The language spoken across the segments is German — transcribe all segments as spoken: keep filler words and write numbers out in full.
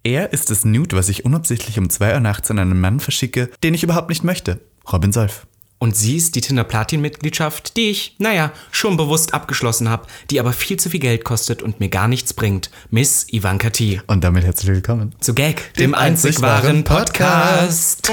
Er ist das Nude, was ich unabsichtlich um zwei Uhr nachts an einen Mann verschicke, den ich überhaupt nicht möchte. Robin Solf. Und sie ist die Tinder-Platin-Mitgliedschaft, die ich, naja, schon bewusst abgeschlossen habe, die aber viel zu viel Geld kostet und mir gar nichts bringt. Miss Ivanka T. Und damit herzlich willkommen zu Gag, dem, dem einzig wahren Podcast.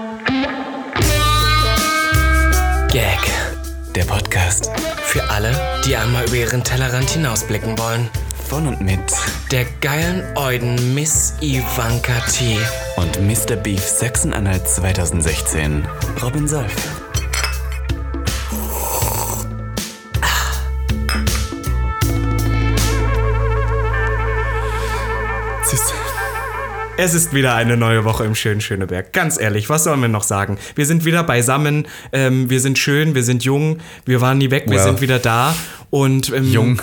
Gag, der Podcast. Für alle, die einmal über ihren Tellerrand hinausblicken wollen. Von und mit der geilen Euden Miss Ivanka T. und Mister Beef Sachsen-Anhalt zwanzig sechzehn, Robin Solf. Es ist wieder eine neue Woche im schönen Schöneberg. Ganz ehrlich, was sollen wir noch sagen? Wir sind wieder beisammen, ähm, wir sind schön, wir sind jung, wir waren nie weg, wir well. sind wieder da. Und, ähm, jung?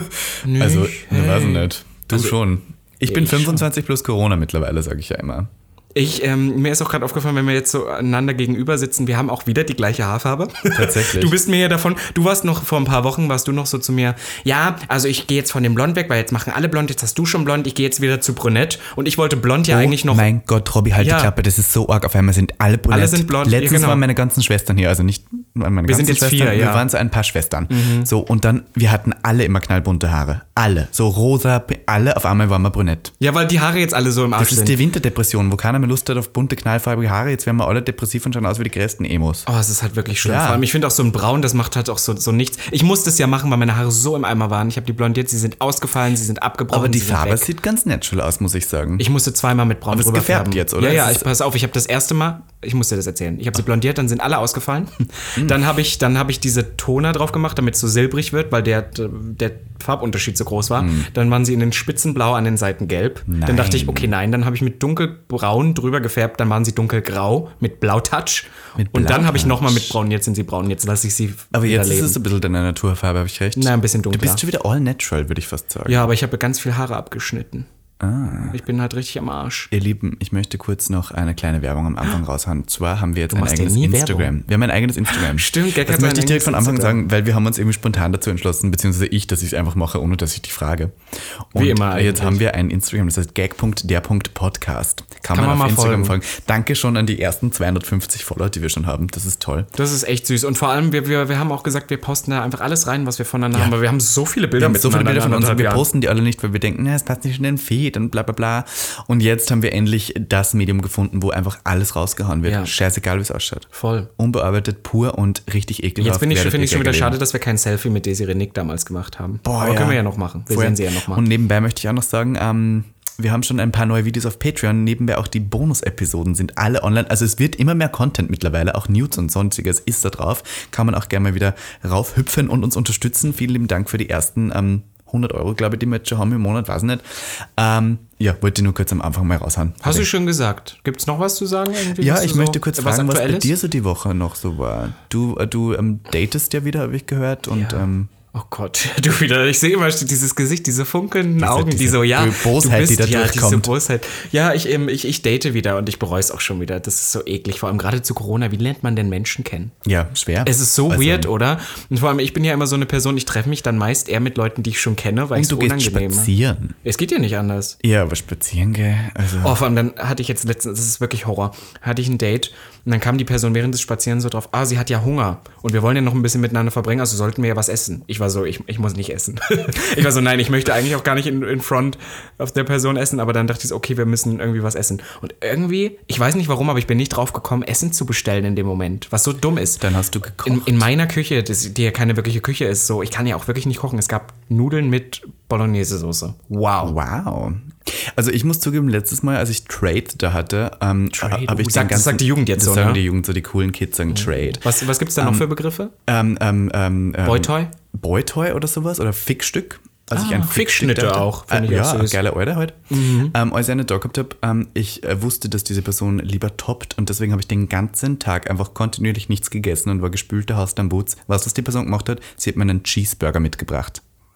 Also, ich weiß nicht. Du also, schon. Ich bin ich fünfundzwanzig schon. Plus Corona mittlerweile, sage ich ja immer. Ich, ähm, mir ist auch gerade aufgefallen, wenn wir jetzt so einander gegenüber sitzen, wir haben auch wieder die gleiche Haarfarbe. Tatsächlich. Du bist mir ja davon, du warst noch vor ein paar Wochen, warst du noch so zu mir, ja, also ich gehe jetzt von dem Blond weg, weil jetzt machen alle blond, jetzt hast du schon blond, ich gehe jetzt wieder zu brünett und ich wollte blond ja oh eigentlich noch... mein Gott, Robby, halt ja. die Klappe, das ist so arg, auf einmal sind alle brünett. Alle sind blond. Letztens ja, genau. waren meine ganzen Schwestern hier, also nicht meine wir ganzen sind jetzt Schwestern, vier, ja. wir waren so ein paar Schwestern. Mhm. So, und dann, wir hatten alle immer knallbunte Haare, alle, so rosa, alle, auf einmal waren wir brünett. Ja, weil die Haare jetzt alle so im Arsch sind. Das ist die Winterdepression, wo keiner mehr Lust hat auf bunte, knallfarbige Haare. Jetzt werden wir alle depressiv und schauen aus wie die größten Emos. Oh, es ist halt wirklich schlimm. Ja. Vor allem, ich finde auch so ein Braun, das macht halt auch so, so nichts. Ich musste es ja machen, weil meine Haare so im Eimer waren. Ich habe die blondiert, sie sind ausgefallen, sie sind abgebrochen. Aber die Farbe sieht ganz natural aus, muss ich sagen. Ich musste zweimal mit Braun drüber färben. Aber es gefärbt jetzt, oder? Ja, ja, ich, pass auf, ich habe das erste Mal, ich muss dir das erzählen, ich habe sie blondiert, dann sind alle ausgefallen. Mhm. Dann habe ich, dann hab ich diese Toner drauf gemacht, damit es so silbrig wird, weil der, der Farbunterschied so groß war. Mhm. Dann waren sie in den Spitzen blau, an den Seiten gelb. Nein. Dann dachte ich, okay, nein. Dann habe ich mit dunkelbraun drüber gefärbt, dann waren sie dunkelgrau mit Blautouch. Mit und dann habe ich nochmal mit braun, jetzt sind sie braun, jetzt lasse ich sie aber jetzt leben. Ist es ein bisschen deine Naturfarbe, habe ich recht? Nein, ein bisschen dunkler. Du bist schon wieder all natural, würde ich fast sagen. Ja, aber ich habe ganz viel Haare abgeschnitten. Ah. Ich bin halt richtig am Arsch. Ihr Lieben, ich möchte kurz noch eine kleine Werbung am Anfang raushauen. Und zwar haben wir jetzt ein eigenes Instagram. Werbung. Wir haben ein eigenes Instagram. Stimmt, das möchte ich direkt von Anfang sagen, weil wir haben uns irgendwie spontan dazu entschlossen, beziehungsweise ich, dass ich es einfach mache, ohne dass ich dich frage. Und wie immer eigentlich. Jetzt haben wir ein Instagram, das heißt gag punkt der punkt podcast. Kann, Kann man, man auf Instagram folgen. folgen. Danke schon an die ersten zweihundertfünfzig Follower, die wir schon haben. Das ist toll. Das ist echt süß. Und vor allem, wir, wir, wir haben auch gesagt, wir posten da einfach alles rein, was wir voneinander ja. haben. Weil wir haben so viele Bilder mit so viele Bilder von uns und wir Jahren. posten die alle nicht, weil wir denken, es passt nicht in den Feed und bla bla bla. Und jetzt haben wir endlich das Medium gefunden, wo einfach alles rausgehauen wird. Ja. Scheißegal, wie es ausschaut. Voll. Unbearbeitet, pur und richtig ekelhaft. Jetzt bin ich, finde ich schon wieder leben. schade, dass wir kein Selfie mit Desiree Nick damals gemacht haben. Boah, aber ja. können wir ja noch machen. Wir Voll. sehen sie ja noch mal. Und nebenbei möchte ich auch noch sagen, ähm, wir haben schon ein paar neue Videos auf Patreon. Nebenbei auch die Bonus-Episoden sind alle online. Also es wird immer mehr Content mittlerweile. Auch Nudes und sonstiges ist da drauf. Kann man auch gerne mal wieder raufhüpfen und uns unterstützen. Vielen lieben Dank für die ersten ähm, hundert Euro, glaube ich, die wir jetzt schon haben im Monat. Weiß nicht. Ähm, ja, wollte ich nur kurz am Anfang mal raushauen. Hast du schon gesagt. Gibt es noch was zu sagen? Irgendwie, ja, ich möchte so, kurz fragen, was bei dir so die Woche noch so war. Du, äh, du ähm, datest ja wieder, habe ich gehört. Und ja. ähm, oh Gott, du wieder, ich sehe immer dieses Gesicht, diese funkelnden diese, Augen, diese die so, ja, Bosheit, du bist, die da ja, durchkommt. diese Bosheit. Ja, ich, ähm, ich, ich date wieder und ich bereue es auch schon wieder. Das ist so eklig, vor allem gerade zu Corona. Wie lernt man denn Menschen kennen? Ja, schwer. Es ist so also, weird, oder? Und vor allem, ich bin ja immer so eine Person, ich treffe mich dann meist eher mit Leuten, die ich schon kenne, weil ich es unangenehm finde. Du gehst spazieren. Es geht ja nicht anders. Ja, aber spazieren, gell? Also. Oh, vor allem, dann hatte ich jetzt letztens, das ist wirklich Horror, hatte ich ein Date und dann kam die Person während des Spazierens so drauf, ah, sie hat ja Hunger und wir wollen ja noch ein bisschen miteinander verbringen, also sollten wir ja was essen. Ich war so, ich, ich muss nicht essen. Ich war so, nein, ich möchte eigentlich auch gar nicht in, in front auf der Person essen, aber dann dachte ich so, okay, wir müssen irgendwie was essen. Und irgendwie, ich weiß nicht warum, aber ich bin nicht drauf gekommen, Essen zu bestellen in dem Moment, was so dumm ist. Dann hast du gekocht. In, in meiner Küche, das, die ja keine wirkliche Küche ist, so, ich kann ja auch wirklich nicht kochen. Es gab Nudeln mit Bolognese-Soße. Wow. Wow. Also ich muss zugeben, letztes Mal, als ich Trade da hatte, ähm, habe ich uh, sag, den ganzen, das sagt die Jugend jetzt das so, sagen ne? die Jugend, so die coolen Kids sagen Trade. Was, was gibt es da noch ähm, für Begriffe? Ähm, ähm, ähm, Boytoy? Boytoy oder sowas oder Fickstück. Also ah, ich ein Fickschnitte auch. Äh, ich ja, auch geile Alter heute. Mhm. Ähm, als ich eine da gehabt habe, ähm, ich äh, wusste, dass diese Person lieber toppt und deswegen habe ich den ganzen Tag einfach kontinuierlich nichts gegessen und war gespülter Haus am Boots. Weißt du, was die Person gemacht hat? Sie hat mir einen Cheeseburger mitgebracht.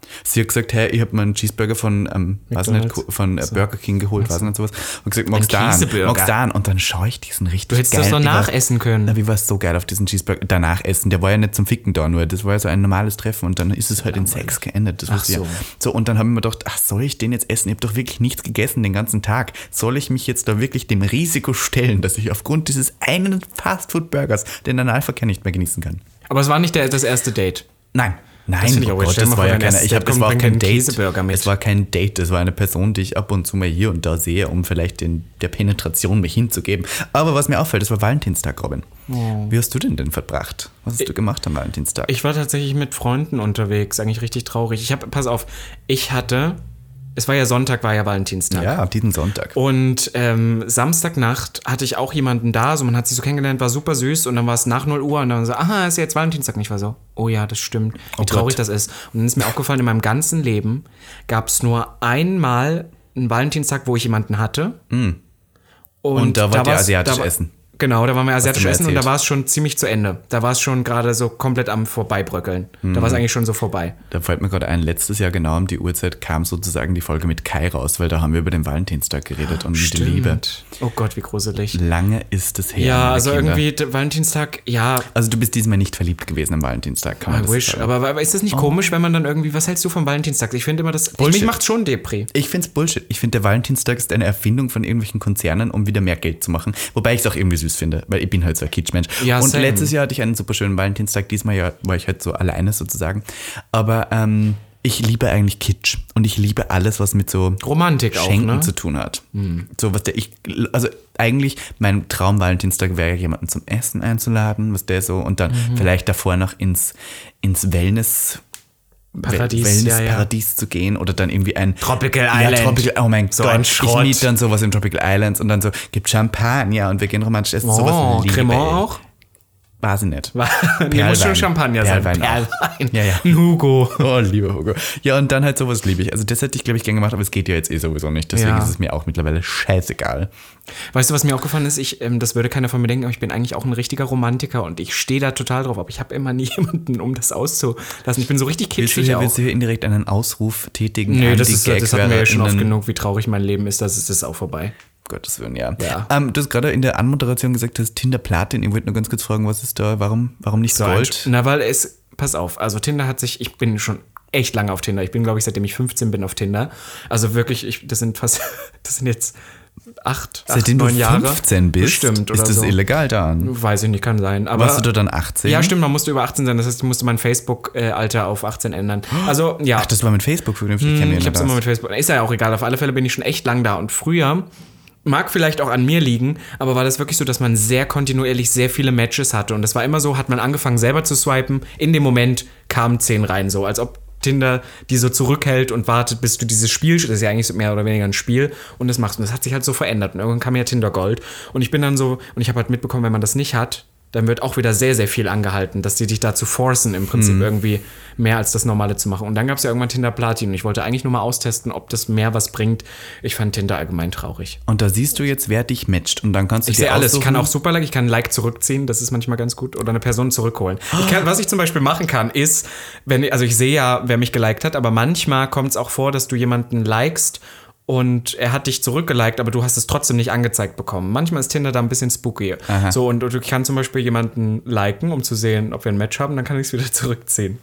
Sie hat gesagt, hey, ich habe mir einen Cheeseburger von, ähm, weiß nicht, von so. Burger King geholt, weiß nicht sowas. Und gesagt, magst du einen? Magst du einen? Und dann schaue ich diesen richtig geil. Du hättest das noch nachessen können. Na, wie war es so geil auf diesen Cheeseburger? Danach essen, der war ja nicht zum Ficken da, nur das war ja so ein normales Treffen und dann ist es halt in Sex geendet. Das ach so. Ja. So, und dann habe ich mir gedacht, ach, soll ich den jetzt essen? Ich habe doch wirklich nichts gegessen den ganzen Tag. Soll ich mich jetzt da wirklich dem Risiko stellen, dass ich aufgrund dieses einen Fastfood-Burgers den Analverkehr nicht mehr genießen kann? Aber es war nicht der, das erste Date. Nein. Nein, das, oh Gott, das war ja keine, ich hab, das war kein Date. Es war kein Date, das war eine Person, die ich ab und zu mal hier und da sehe, um vielleicht in der Penetration mich hinzugeben. Aber was mir auffällt, das war Valentinstag, Robin. Oh. Wie hast du denn denn verbracht? Was hast ich, du gemacht am Valentinstag? Ich war tatsächlich mit Freunden unterwegs, eigentlich richtig traurig. Ich habe, pass auf, ich hatte... Es war ja Sonntag, war ja Valentinstag. Ja, diesen Sonntag. Und ähm, Samstagnacht hatte ich auch jemanden da, so man hat sich so kennengelernt, war super süß und dann war es nach null Uhr und dann so, aha, ist ja jetzt Valentinstag. Und ich war so, oh ja, das stimmt, wie oh traurig Gott. das ist. Und dann ist mir aufgefallen, in meinem ganzen Leben gab es nur einmal einen Valentinstag, wo ich jemanden hatte. Mm. Und, und da wollt ihr asiatisch essen. Genau, da waren wir asiatisch essen und da war es schon ziemlich zu Ende. Da war es schon gerade so komplett am Vorbeibröckeln. Mhm. Da war es eigentlich schon so vorbei. Da fällt mir gerade ein, letztes Jahr genau um die Uhrzeit kam sozusagen die Folge mit Kai raus, weil da haben wir über den Valentinstag geredet und Stimmt. mit der Liebe. Oh Gott, wie gruselig. Lange ist es her. Ja, also Kinder. irgendwie Valentinstag, ja. Also du bist diesmal nicht verliebt gewesen am Valentinstag, kann man I das wish, sagen. Aber ist das nicht oh. komisch, wenn man dann irgendwie, was hältst du vom Valentinstag? Ich finde immer das, Bullshit. mich macht's schon Depri. Ich find's Bullshit. Ich finde, der Valentinstag ist eine Erfindung von irgendwelchen Konzernen, um wieder mehr Geld zu machen. Wobei ich es auch irgendwie süß finde, weil ich bin halt so ein Kitschmensch. Ja, und same. Letztes Jahr hatte ich einen super schönen Valentinstag, diesmal ja war ich halt so alleine sozusagen. Aber ähm, ich liebe eigentlich Kitsch und ich liebe alles, was mit so Romantik Schenken auch, ne? zu tun hat. Hm. So was der ich, also eigentlich mein Traum-Valentinstag wäre, jemanden zum Essen einzuladen, was der so und dann mhm. vielleicht davor noch ins, ins Wellness Paradies, Wellness-Paradies ja, ja. zu gehen oder dann irgendwie ein Tropical Island. Ja, Tropical, oh mein so Gott, ein ich miete dann sowas in Tropical Islands und dann so, gibt Champagner und wir gehen romantisch essen. Oh, sowas Cremant auch? Weiß ich nicht. Nee, muss schon Champagner sein. Perlwein. Ja, ja. Ein Hugo. Oh, lieber Hugo. Ja, und dann halt sowas liebe ich. Also das hätte ich, glaube ich, gern gemacht, aber es geht ja jetzt eh sowieso nicht. Deswegen ja. ist es mir auch mittlerweile scheißegal. Weißt du, was mir aufgefallen ist? Ich, ähm, das würde keiner von mir denken, aber ich bin eigentlich auch ein richtiger Romantiker und ich stehe da total drauf. Aber ich habe immer nie jemanden, um das auszulassen. Ich bin so richtig kitschig willst du hier, auch. Willst du hier indirekt einen Ausruf tätigen? Nee, das, ist, das hatten wir ja schon oft genug, wie traurig mein Leben ist. Das ist das auch vorbei. Gottes Willen, ja. ja. Ähm, du hast gerade in der Anmoderation gesagt, dass Tinder Platin. Ich wollte nur ganz kurz fragen, was ist da, warum, warum nicht so Gold? Na, weil es, pass auf, also Tinder hat sich, ich bin schon echt lange auf Tinder. Ich bin, glaube ich, seitdem ich fünfzehn bin auf Tinder. Also wirklich, ich, das sind fast, das sind jetzt acht, seitdem acht, neun Jahre. Seitdem du fünfzehn bist, bestimmt, ist oder das so. illegal da? Weiß ich nicht, kann sein. Aber warst du dann achtzehn? Ja, stimmt, man musste über achtzehn sein. Das heißt, ich musste mein Facebook-Alter auf achtzehn ändern. Also, ja. Ach, das war mit Facebook vernünftig. Hm, ich hab's immer mit Facebook. Ist ja auch egal. Auf alle Fälle bin ich schon echt lang da. Und früher, mag vielleicht auch an mir liegen, aber war das wirklich so, dass man sehr kontinuierlich sehr viele Matches hatte. Und das war immer so, hat man angefangen selber zu swipen. In dem Moment kamen zehn rein, so als ob Tinder die so zurückhält und wartet, bis du dieses Spiel, das ist ja eigentlich so mehr oder weniger ein Spiel, und das machst. Und das hat sich halt so verändert. Und irgendwann kam ja Tinder Gold. Und ich bin dann so, und ich habe halt mitbekommen, wenn man das nicht hat, dann wird auch wieder sehr, sehr viel angehalten, dass die dich dazu forcen, im Prinzip mhm. irgendwie mehr als das Normale zu machen. Und dann gab es ja irgendwann Tinder Platin und ich wollte eigentlich nur mal austesten, ob das mehr was bringt. Ich fand Tinder allgemein traurig. Und da siehst du jetzt, wer dich matcht und dann kannst du ich dir sehe alles. aussuchen. Ich kann auch super like, ich kann ein Like zurückziehen, das ist manchmal ganz gut, oder eine Person zurückholen. Ich kann, was ich zum Beispiel machen kann, ist, wenn, also ich sehe ja, wer mich geliked hat, aber manchmal kommt es auch vor, dass du jemanden likest und er hat dich zurückgeliked, aber du hast es trotzdem nicht angezeigt bekommen. Manchmal ist Tinder da ein bisschen spooky. Aha. So, und du kannst zum Beispiel jemanden liken, um zu sehen, ob wir ein Match haben, dann kann ich es wieder zurückziehen.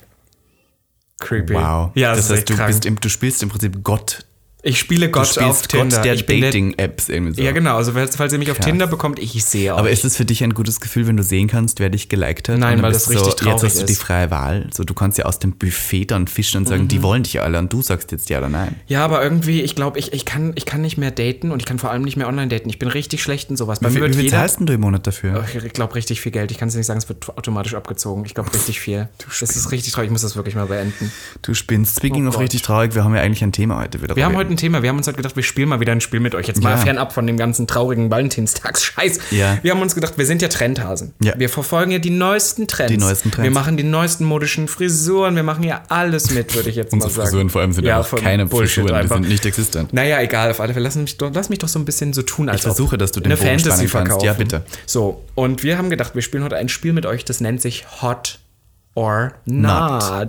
Creepy. Wow. Ja, das, das heißt, du, krank. bist im, du spielst im Prinzip Gott. Ich spiele Gott du auf Tinder. Gott der ich bin Dating-Apps irgendwie so. Ja, genau. Also falls, falls ihr mich Krass. auf Tinder bekommt, ich sehe euch. Aber ist es für dich ein gutes Gefühl, wenn du sehen kannst, wer dich geliked hat? Nein, weil das richtig so, traurig ist. Jetzt hast du die freie Wahl. So, du kannst ja aus dem Buffet dann fischen und sagen, mhm. die wollen dich ja alle und du sagst jetzt ja oder nein. Ja, aber irgendwie, ich glaube, ich, ich, kann, ich kann nicht mehr daten und ich kann vor allem nicht mehr online daten. Ich bin richtig schlecht in sowas. Bei wie, mir wird wie viel jeder, zahlst du im Monat dafür? Ich glaube, richtig viel Geld. Ich kann es nicht sagen, es wird automatisch abgezogen. Ich glaube, richtig viel. Das ist richtig traurig. Ich muss das wirklich mal beenden. Du spinnst. Speaking oh of Gott. richtig traurig, wir haben ja eigentlich ein Thema heute wieder. Wir haben heute ein Thema. Wir haben uns halt gedacht, wir spielen mal wieder ein Spiel mit euch. Jetzt mal ja. fernab von dem ganzen traurigen Valentinstags-Scheiß. Ja. Wir haben uns gedacht, wir sind ja Trendhasen. Ja. Wir verfolgen ja die neuesten Trends. Die neuesten Trends. Wir machen die neuesten modischen Frisuren. Wir machen ja alles mit, würde ich jetzt mal sagen. Unsere Frisuren vor allem sind ja auch keine Bullshit Frisuren, einfach. Die sind nicht existent. Naja, egal, auf alle Fälle. Lass mich doch, lass mich doch so ein bisschen so tun, als ich versuche, dass du den eine Bogen Fantasy verkaufen. Kannst. Ja, bitte. So, und wir haben gedacht, wir spielen heute ein Spiel mit euch, das nennt sich Hot or Not. not.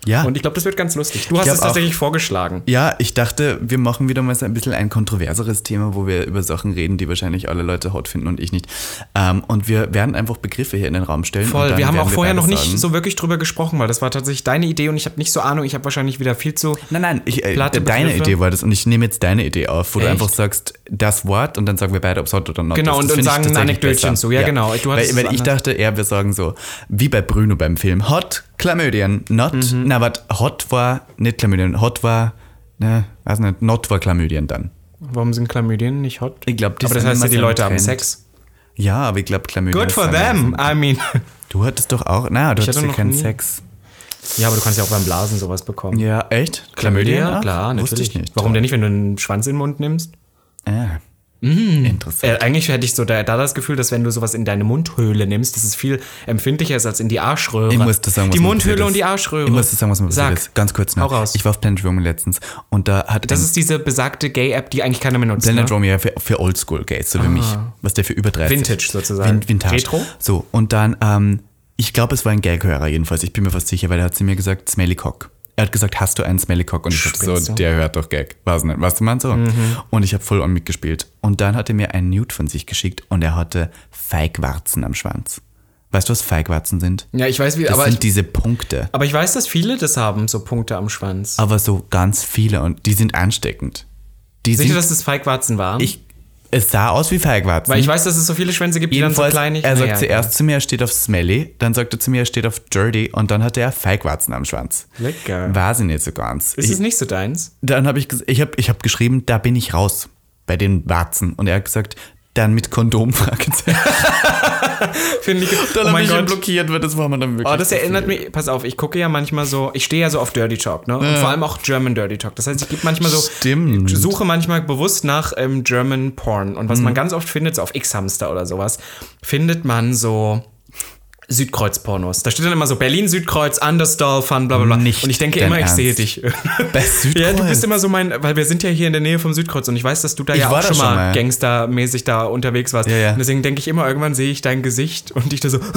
Ja. Und ich glaube, das wird ganz lustig. Du hast glaub es tatsächlich vorgeschlagen. Ja, ich dachte, wir machen wieder mal so ein bisschen ein kontroverseres Thema, wo wir über Sachen reden, die wahrscheinlich alle Leute hot finden und ich nicht. Ähm, und wir werden einfach Begriffe hier in den Raum stellen. Voll, und dann wir haben werden auch vorher noch nicht sagen. so wirklich drüber gesprochen, weil das war tatsächlich deine Idee und ich habe nicht so Ahnung, ich habe wahrscheinlich wieder viel zu Nein, nein, ich, äh, platte deine Begriffe. Idee war das und ich nehme jetzt deine Idee auf, wo Echt? du einfach sagst, das Wort und dann sagen wir beide, ob es hot oder not Genau, ist. und- Das und finde ich sagen ein tatsächlich Anekdötchen besser. zu. Ja, genau. Du hattest weil es weil ich anders. dachte eher, wir sagen so, wie bei Bruno beim Film, hot, Chlamydien, not, Mhm. na warte, hot war nicht Chlamydien, hot war, ne, weiß nicht, not war Chlamydien dann. Warum sind Chlamydien nicht hot? Ich glaube, Aber das heißt ja, die Leute haben Sex. Ja, aber ich glaube, Chlamydien Good ist for dann- them. I mean. Du hattest doch auch, na, du Ich hattest hatte ja noch keinen nie- Sex. Ja, aber du kannst ja auch beim Blasen sowas bekommen. Ja, echt? Chlamydia? Ach, Klar, natürlich. Wusste ich nicht. Warum denn nicht, wenn du einen Schwanz in den Mund nimmst? Ah. Interessant. Äh, eigentlich hätte ich so da, da das Gefühl, dass wenn du sowas in deine Mundhöhle nimmst, dass es viel empfindlicher ist als in die Arschröhre. Ich muss dir sagen, was die mir Mundhöhle passiert und ist. die Arschröhre. Ich muss dir sagen, was mir Sag. passiert ist. Ganz kurz noch. Hau raus. Ich war auf Planet Romy letztens und da hat Das ein ist diese besagte Gay-App, die eigentlich keiner mehr nutzt. Planet Ne? Romy ja für, für Oldschool-Gays, so wie mich. Was der für über dreißig. Vintage sozusagen. Vin Vintage. Retro? So, und dann, ähm, ich glaube, es war ein Gag-Hörer jedenfalls. Ich bin mir fast sicher, weil er hat zu mir gesagt, Smelly Cock. Er hat gesagt, hast du einen Smelly Cock? Und ich hab Spinnst so, du? der hört doch Gag. Weiß nicht, was du meinst so? Mhm. Und ich habe voll on mitgespielt. Und dann hat er mir ein Nude von sich geschickt und er hatte Feigwarzen am Schwanz. Weißt du, was Feigwarzen sind? Ja, ich weiß, wie, Das aber sind ich, diese Punkte. aber ich weiß, dass viele das haben, so Punkte am Schwanz. Aber so ganz viele und die sind ansteckend. Die Sicher, sind, dass das Feigwarzen waren? ich, es sah aus wie Feigwarzen. Weil ich weiß, dass es so viele Schwänze gibt, die dann so Jedenfalls, klein er sagt naja, zuerst zu mir, er steht auf Smelly, dann sagt er zu mir, er steht auf Dirty und dann hatte er Feigwarzen am Schwanz. Lecker. Weiß ich nicht so ganz. Ist ich, es nicht so deins? Dann habe ich, ges- ich habe ich hab geschrieben, da bin ich raus bei den Warzen. Und er hat gesagt, dann mit Kondom, Fragezeichen. Finde ich. Dann Oh habe mein ich ihn Gott. blockiert, weil das war mir dann wirklich Oh, das zu erinnert viel. mich, pass auf, ich gucke ja manchmal so, ich stehe ja so auf Dirty Talk, ne? Und vor allem auch German Dirty Talk. Das heißt, ich gebe manchmal so, Stimmt. ich suche manchmal bewusst nach ähm, German Porn. Und was Mhm. man ganz oft findet, so auf X-Hamster oder sowas, findet man so Südkreuz-Pornos. Da steht dann immer so Berlin-Südkreuz, Understall, Fun, bla bla bla. Nicht und ich denke dein immer, ich Ernst. sehe dich. Bei Südkreuz? Ja, du bist immer so mein, weil wir sind ja hier in der Nähe vom Südkreuz und ich weiß, dass du da Ich ja war auch da schon schon mal, mal. gangstermäßig da unterwegs warst. Ja, ja. Und deswegen denke ich immer, irgendwann sehe ich dein Gesicht und ich da so,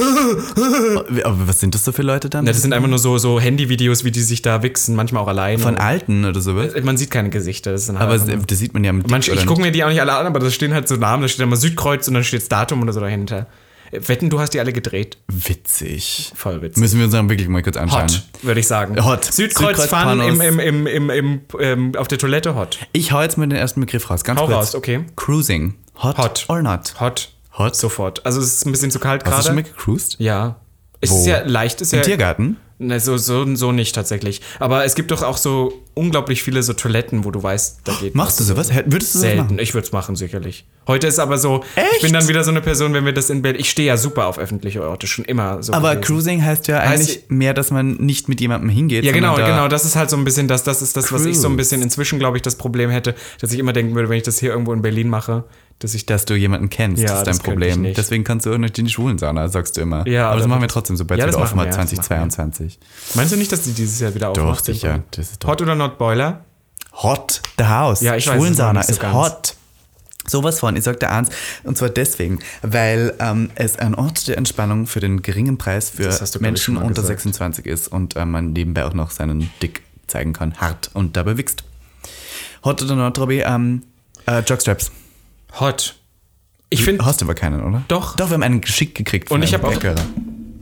Aber was sind das so für Leute dann? ja, das sind einfach nur so, so Handyvideos, wie die sich da wichsen, manchmal auch allein. Von Und- Alten oder sowas? Man sieht keine Gesichter. Das sind halt Aber einfach nur- das sieht man ja im Manche, oder ich gucke nicht? mir die auch nicht alle an, aber da stehen halt so Namen, da steht immer Südkreuz und dann steht das Datum oder so dahinter. Wetten, du hast die alle gedreht. Witzig. Voll witzig. Müssen wir uns dann wirklich mal kurz anschauen. Hot, würde ich sagen. Hot. Südkreuz, Südkreuz Fun im, Pornos. im, im, im, im, ähm, auf der Toilette hot. Ich hau jetzt mal den ersten Begriff raus, ganz Hau kurz. raus, okay. Cruising. Hot, Hot. or not? Hot. Hot? Sofort. Also es ist ein bisschen zu kalt Hast du schon mal gerade. gecruised? Ja. Es Wo? ist ja leicht, ist Im ja. Tiergarten? Ne, so, so, so nicht tatsächlich. Aber es gibt doch auch so unglaublich viele so Toiletten, wo du weißt, da geht Machst du sowas? Hä, Würdest du sowas selten. machen? Ich würde es machen, sicherlich. Heute ist aber so, ich Echt? bin dann wieder so eine Person, wenn wir das in Berlin, ich stehe ja super auf öffentliche Orte, schon immer so Aber gewesen. Cruising heißt ja Heißt- eigentlich mehr, dass man nicht mit jemandem hingeht. Ja, genau, sondern da genau, das ist halt so ein bisschen das, das ist das, was ich so ein Cruise. bisschen inzwischen, glaube ich, das Problem hätte, dass ich immer denken würde, wenn ich das hier irgendwo in Berlin mache, dass ich Dass du jemanden kennst, Ja, das ist dein das könnte ich Problem. nicht. Deswegen kannst du auch nicht in die Schwulensauna, sagst du immer. Ja, aber das aber- machen wir trotzdem, sobald Ja, es das wieder offen machen hat, wir, das zwanzig zweiundzwanzig. Meinst du nicht, dass die dieses Jahr wieder Doch, aufmacht? sicher. Das ist doch Hot oder not Boiler? hot, the house. Ja, ich weiß, Schwulensauna das ist ist noch nicht so hot. Sowas von, ich sag dir eins, und zwar deswegen, weil ähm, es ein Ort der Entspannung für den geringen Preis für Das hast du, glaub ich, Menschen schon mal unter gesagt. sechsundzwanzig ist und äh, man nebenbei auch noch seinen Dick zeigen kann, hart und dabei wächst. Hot oder not, Robby? Ähm, äh, Jockstraps. Hot. Ich finde, Hast du aber keinen, oder? Doch. Doch, wir haben einen geschickt gekriegt. von Und ich einem hab auch- Bäcker.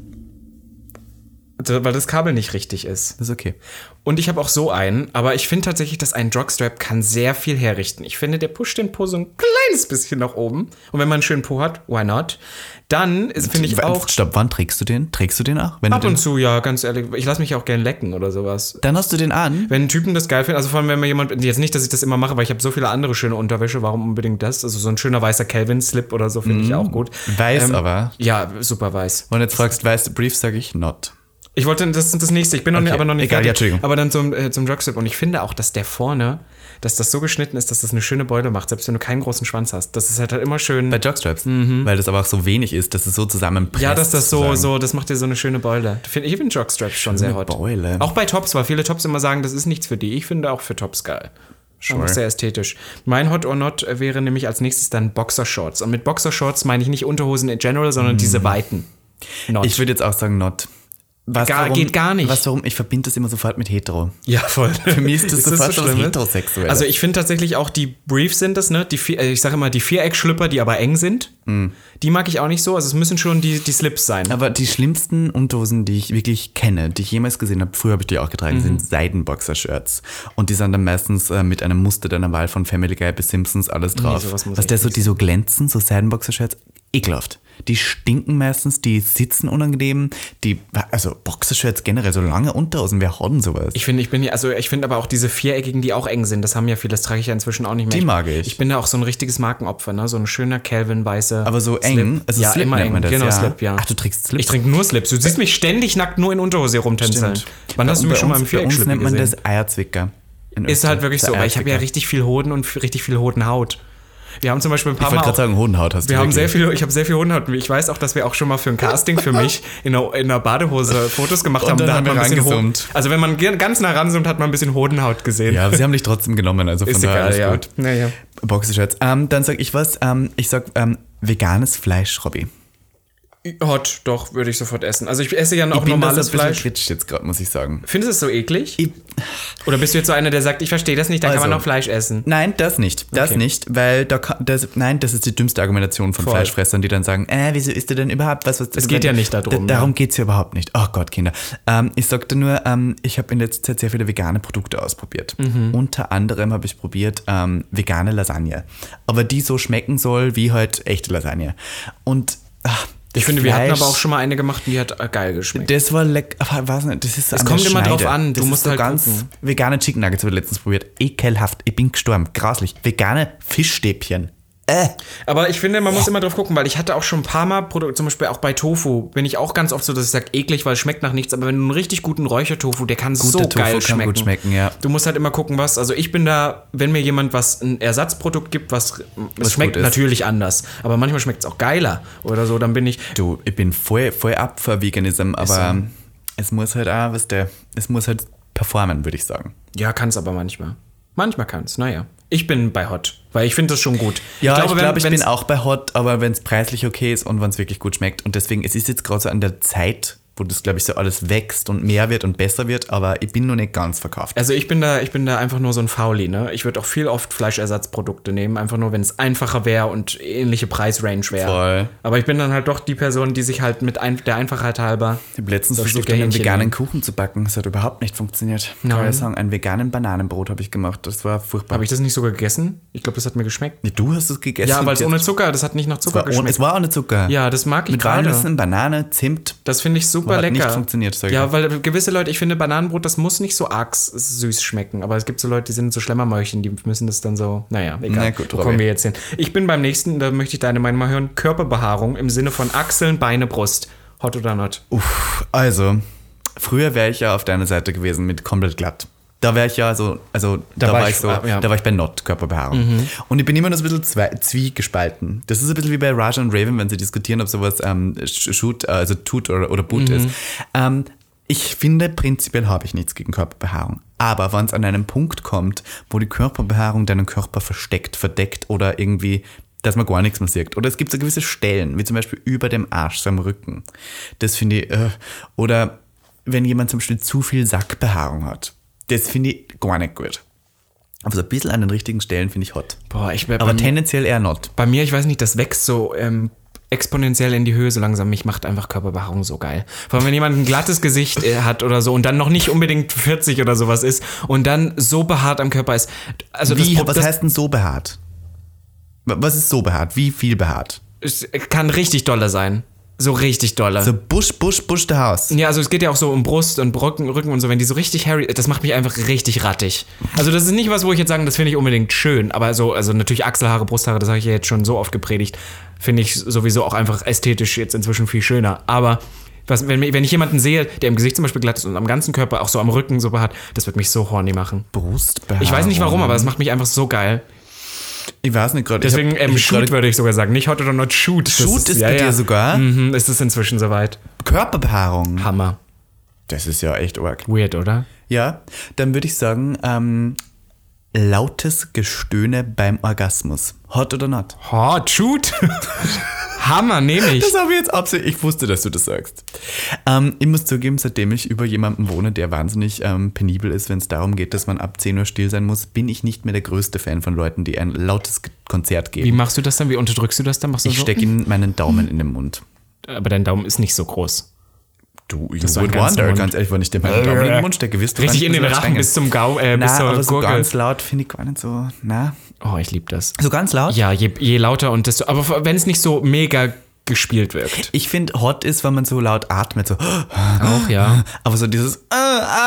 weil das Kabel nicht richtig ist. Das ist okay. Und ich habe auch so einen, aber ich finde tatsächlich, dass ein Jockstrap kann sehr viel herrichten. Ich finde, der pusht den Po so ein kleines bisschen nach oben. Und wenn man einen schönen Po hat, why not? Dann ist- finde ich auch Stopp, wann trägst du den? Trägst du den auch? Wenn ab du den, und zu, ja, ganz ehrlich, ich lasse mich auch gern lecken oder sowas. Dann hast du den an? Wenn ein Typen das geil findet, also vor allem, wenn mir jemand, jetzt nicht, dass ich das immer mache, weil ich habe so viele andere schöne Unterwäsche, warum unbedingt das? Also so ein schöner weißer Calvin-Slip oder so finde ich auch gut. Weiß Ähm, aber. Ja, super weiß. Und jetzt fragst, weißt du, Brief, sage ich not. Ich wollte, das ist das nächste, ich bin noch Okay, nicht, aber noch nicht egal, ja, Entschuldigung. Aber dann zum, äh, zum Jockstrap. Und ich finde auch, dass der vorne, dass das so geschnitten ist, dass das eine schöne Beule macht, selbst wenn du keinen großen Schwanz hast. Das ist halt, halt immer schön. Bei Jockstraps, weil das aber auch so wenig ist, dass es so zusammenpresst. Ja, dass das so, sozusagen. so, das macht dir so eine schöne Beule. Ich finde, ich finde Jockstraps schon sehr hot. Beule. Auch bei Tops, weil viele Tops immer sagen, das ist nichts für die. Ich finde auch für Tops geil. Sure. Auch sehr ästhetisch. Mein Hot or Not wäre nämlich als nächstes dann Boxershorts. Und mit Boxershorts meine ich nicht Unterhosen in general, sondern diese weiten. Not. Ich würde jetzt auch sagen not. Was, Gar, warum, geht gar nicht. Was, warum? Ich verbinde das immer sofort mit hetero. Ja, voll. Für mich ist das Ist das sofort so so was schlimm? heterosexuelles. Also ich finde tatsächlich auch die Briefs sind das, ne? Die vier, ich sage immer die Viereckschlüpper, die aber eng sind. Mm. Die mag ich auch nicht so. Also es müssen schon die, die Slips sein. Aber die schlimmsten Unterhosen, die ich wirklich kenne, die ich jemals gesehen habe, früher habe ich die auch getragen, mhm. sind Seidenboxer-Shirts. Und die sind dann meistens äh, mit einem Muster deiner Wahl von Family Guy bis Simpsons alles drauf. Nee, was der so, die so glänzen, so Seidenboxer-Shirts, ekelhaft. Die stinken meistens, die sitzen unangenehm, die, also Boxershirts generell, so lange Unterhosen, wer hat denn sowas? Ich finde, ich bin, also ich finde aber auch diese viereckigen, die auch eng sind, das haben ja viele, das trage ich ja inzwischen auch nicht mehr. Die mag ich. Ich bin ja auch so ein richtiges Markenopfer, ne, so ein schöner Calvin-weißer Aber so eng? Also ja, Slip immer eng, das, genau, ja. Slip, ja. Ach, du trägst Slip? Ich trinke nur Slips, du siehst mich ständig nackt nur in Unterhose rumtänzeln. Wann hast du mich schon mal im Viereckschlüppi gesehen? Bei uns nennt man gesehen? das Eierzwicker. Ist halt wirklich so, weil ich habe ja richtig viel Hoden und richtig viel Hodenhaut. Wir haben zum Beispiel ein paar ich Mal. Ich wollte gerade sagen, Hodenhaut hast du. Wir haben wirklich. sehr viel, ich habe sehr viel Hodenhaut. Ich weiß auch, dass wir auch schon mal für ein Casting für mich in einer, in einer Badehose Fotos gemacht und haben. Dann da haben hat man ein bisschen reingezoomt. Hoden, also wenn man ganz nah ranzoomt, hat man ein bisschen Hodenhaut gesehen. Ja, aber sie haben dich trotzdem genommen, also von Ist daher egal, alles ja. gut. Naja. Boxershirts. Ähm, dann sag ich was. Ähm, ich sag ähm, veganes Fleisch, Robby. Hot, doch, würde ich sofort essen. Also ich esse ja auch ich bin normales Fleisch. Ich jetzt gerade, muss ich sagen. Findest du es so eklig? Ich, Oder bist du jetzt so einer, der sagt, ich verstehe das nicht, dann also, kann man auch Fleisch essen? Nein, das nicht. Das Okay. nicht, weil da kann, das, nein, das ist die dümmste Argumentation von Voll. Fleischfressern, die dann sagen, äh, wieso isst du denn überhaupt was? was Es geht ja nicht darum, Da, darum ja. geht es ja überhaupt nicht. Oh Gott, Kinder. Ähm, ich sagte nur, ähm, ich habe in letzter Zeit sehr viele vegane Produkte ausprobiert. Mhm. Unter anderem habe ich probiert ähm, vegane Lasagne. Aber die so schmecken soll wie halt echte Lasagne. Und ach, Ich finde, wir hatten aber auch schon mal eine gemacht, die hat äh, geil geschmeckt. Das war lecker, aber weiß nicht, das ist Es an kommt der immer Schneide. drauf an, du das musst ist so halt ganz gucken. Vegane Chicken Nuggets habe ich letztens probiert. Ekelhaft, ich bin gestorben, graslich. Vegane Fischstäbchen. Äh. Aber ich finde, man muss immer drauf gucken, weil ich hatte auch schon ein paar Mal Produkte, zum Beispiel auch bei Tofu, bin ich auch ganz oft so, dass ich sage, eklig, weil es schmeckt nach nichts. Aber wenn du einen richtig guten Räuchertofu, der kann Guter so Tofu geil kann schmecken. gut schmecken, ja. Du musst halt immer gucken, was. Also ich bin da, wenn mir jemand was, ein Ersatzprodukt gibt, was, Was es schmeckt gut ist. natürlich anders. Aber manchmal schmeckt es auch geiler oder so, dann bin ich. Du, ich bin voll, voll ab für Veganism, aber so. es muss halt auch, was der, es muss halt performen, würde ich sagen. Ja, kann es aber manchmal. Manchmal kann es, naja. Ich bin bei Hot, weil ich finde das schon gut. Ja, ich glaube, wenn- ich, glaub, ich wenn's- bin auch bei Hot, aber wenn es preislich okay ist und wenn es wirklich gut schmeckt. Und deswegen, es ist jetzt gerade so an der Zeit, wo das, glaube ich, so alles wächst und mehr wird und besser wird, aber ich bin noch nicht ganz verkauft. Also ich bin da, ich bin da einfach nur so ein Fauli, ne? Ich würde auch viel oft Fleischersatzprodukte nehmen, einfach nur, wenn es einfacher wäre und ähnliche Preisrange wäre. Voll. Aber ich bin dann halt doch die Person, die sich halt mit ein, der Einfachheit halber. Ich habe letztens so versucht, Stücke einen Hähnchen veganen nehmen. Kuchen zu backen. Das hat überhaupt nicht funktioniert. Nein. Kann ich sagen, einen veganen Bananenbrot habe ich gemacht. Das war furchtbar. Habe ich das nicht sogar gegessen? Ich glaube, das hat mir geschmeckt. Nee, du hast es gegessen. Ja, weil es Jetzt- ohne Zucker, das hat nicht nach es Zucker war ohne, geschmeckt. es war ohne Zucker. Ja, das mag ich Mit gerade. Walnüssen, Banane, Zimt. Das finde ich super Hat lecker. nicht funktioniert, sag ich Ja, dir. weil gewisse Leute, ich finde Bananenbrot, das muss nicht so arg süß schmecken. Aber es gibt so Leute, die sind so Schlemmermäulchen, die müssen das dann so, naja, egal. Na gut, Wo Robby. kommen wir jetzt hin? Ich bin beim nächsten, da möchte ich deine Meinung mal hören. Körperbehaarung im Sinne von Achseln, Beine, Brust. Hot oder not? Uff, also, früher wäre ich ja auf deiner Seite gewesen mit komplett glatt. Da wäre ich ja so, also da, war ich so, ah, ja. da war ich bei Not, Körperbehaarung. Mhm. Und ich bin immer noch so ein bisschen zwei, zwiegespalten. Das ist ein bisschen wie bei Raja und Raven, wenn sie diskutieren, ob sowas ähm, shoot, also tut oder, oder boot Mhm. ist. Ähm, ich finde, prinzipiell habe ich nichts gegen Körperbehaarung. Aber wenn es an einen Punkt kommt, wo die Körperbehaarung deinen Körper versteckt, verdeckt oder irgendwie, dass man gar nichts mehr sieht. Oder es gibt so gewisse Stellen, wie zum Beispiel über dem Arsch, so am Rücken. Das finde ich, äh, oder wenn jemand zum Beispiel zu viel Sackbehaarung hat. Das finde ich gar nicht gut. Aber so ein bisschen an den richtigen Stellen finde ich hot. Boah, ich wäre Aber bei, tendenziell eher not. bei mir, ich weiß nicht, das wächst so ähm, exponentiell in die Höhe so langsam. Mich macht einfach Körperbehaarung so geil. Vor allem, wenn jemand ein glattes Gesicht äh, hat oder so und dann noch nicht unbedingt vierzig oder sowas ist und dann so behaart am Körper ist. Also Wie, das, was das heißt denn so behaart? Was ist so behaart? Wie viel behaart? es kann richtig dolle sein. So richtig dolle. So Busch, Busch, Busch der Haus. Ja, also es geht ja auch so um Brust und Rücken, Rücken und so, wenn die so richtig hairy, das macht mich einfach richtig rattig. Also das ist nicht was, wo ich jetzt sagen, das finde ich unbedingt schön, aber so, also natürlich Achselhaare, Brusthaare, das habe ich ja jetzt schon so oft gepredigt, finde ich sowieso auch einfach ästhetisch jetzt inzwischen viel schöner. Aber was, wenn, wenn ich jemanden sehe, der im Gesicht zum Beispiel glatt ist und am ganzen Körper auch so am Rücken so behaart, das wird mich so horny machen. Brustbehaarung. Ich weiß nicht warum, aber es macht mich einfach so geil. Ich weiß nicht gerade. Deswegen ich hab, ähm, ich Shoot grad- würde ich sogar sagen, nicht Hot oder Not Shoot. Das Shoot ist bei dir sogar? Mhm, ist es inzwischen soweit. Körperbehaarung. Hammer. Das ist ja echt arg. Weird, oder? Ja, dann würde ich sagen, ähm, lautes Gestöhne beim Orgasmus. Hot oder not? Hot, shoot. Hammer, nehme ich. Das habe ich jetzt absichtlich. Ich wusste, dass du das sagst. Ähm, ich muss zugeben, seitdem ich über jemanden wohne, der wahnsinnig ähm, penibel ist, wenn es darum geht, dass man ab zehn Uhr still sein muss, bin ich nicht mehr der größte Fan von Leuten, die ein lautes Konzert geben. Wie machst du das dann? Wie unterdrückst du das dann? Machst du ich so? stecke ihm meinen Daumen in den Mund. Aber dein Daumen ist nicht so groß. Du, you Das war ein would ganzer wonder. Mund. Ganz ehrlich, wenn ich dir meinen Daumen in den Mund stecke, wirst du Richtig gar in nicht den mehr so Rachen anstrengen. bis zum Gau, äh, bis Na, zur aber so Gurgel. ganz laut finde ich gar nicht so, na. Oh, ich liebe das. So ganz laut? Ja, je, je lauter und desto. Aber wenn es nicht so mega gespielt wirkt. Ich finde, hot ist, wenn man so laut atmet, so. Auch, ja. Aber so dieses. Äh,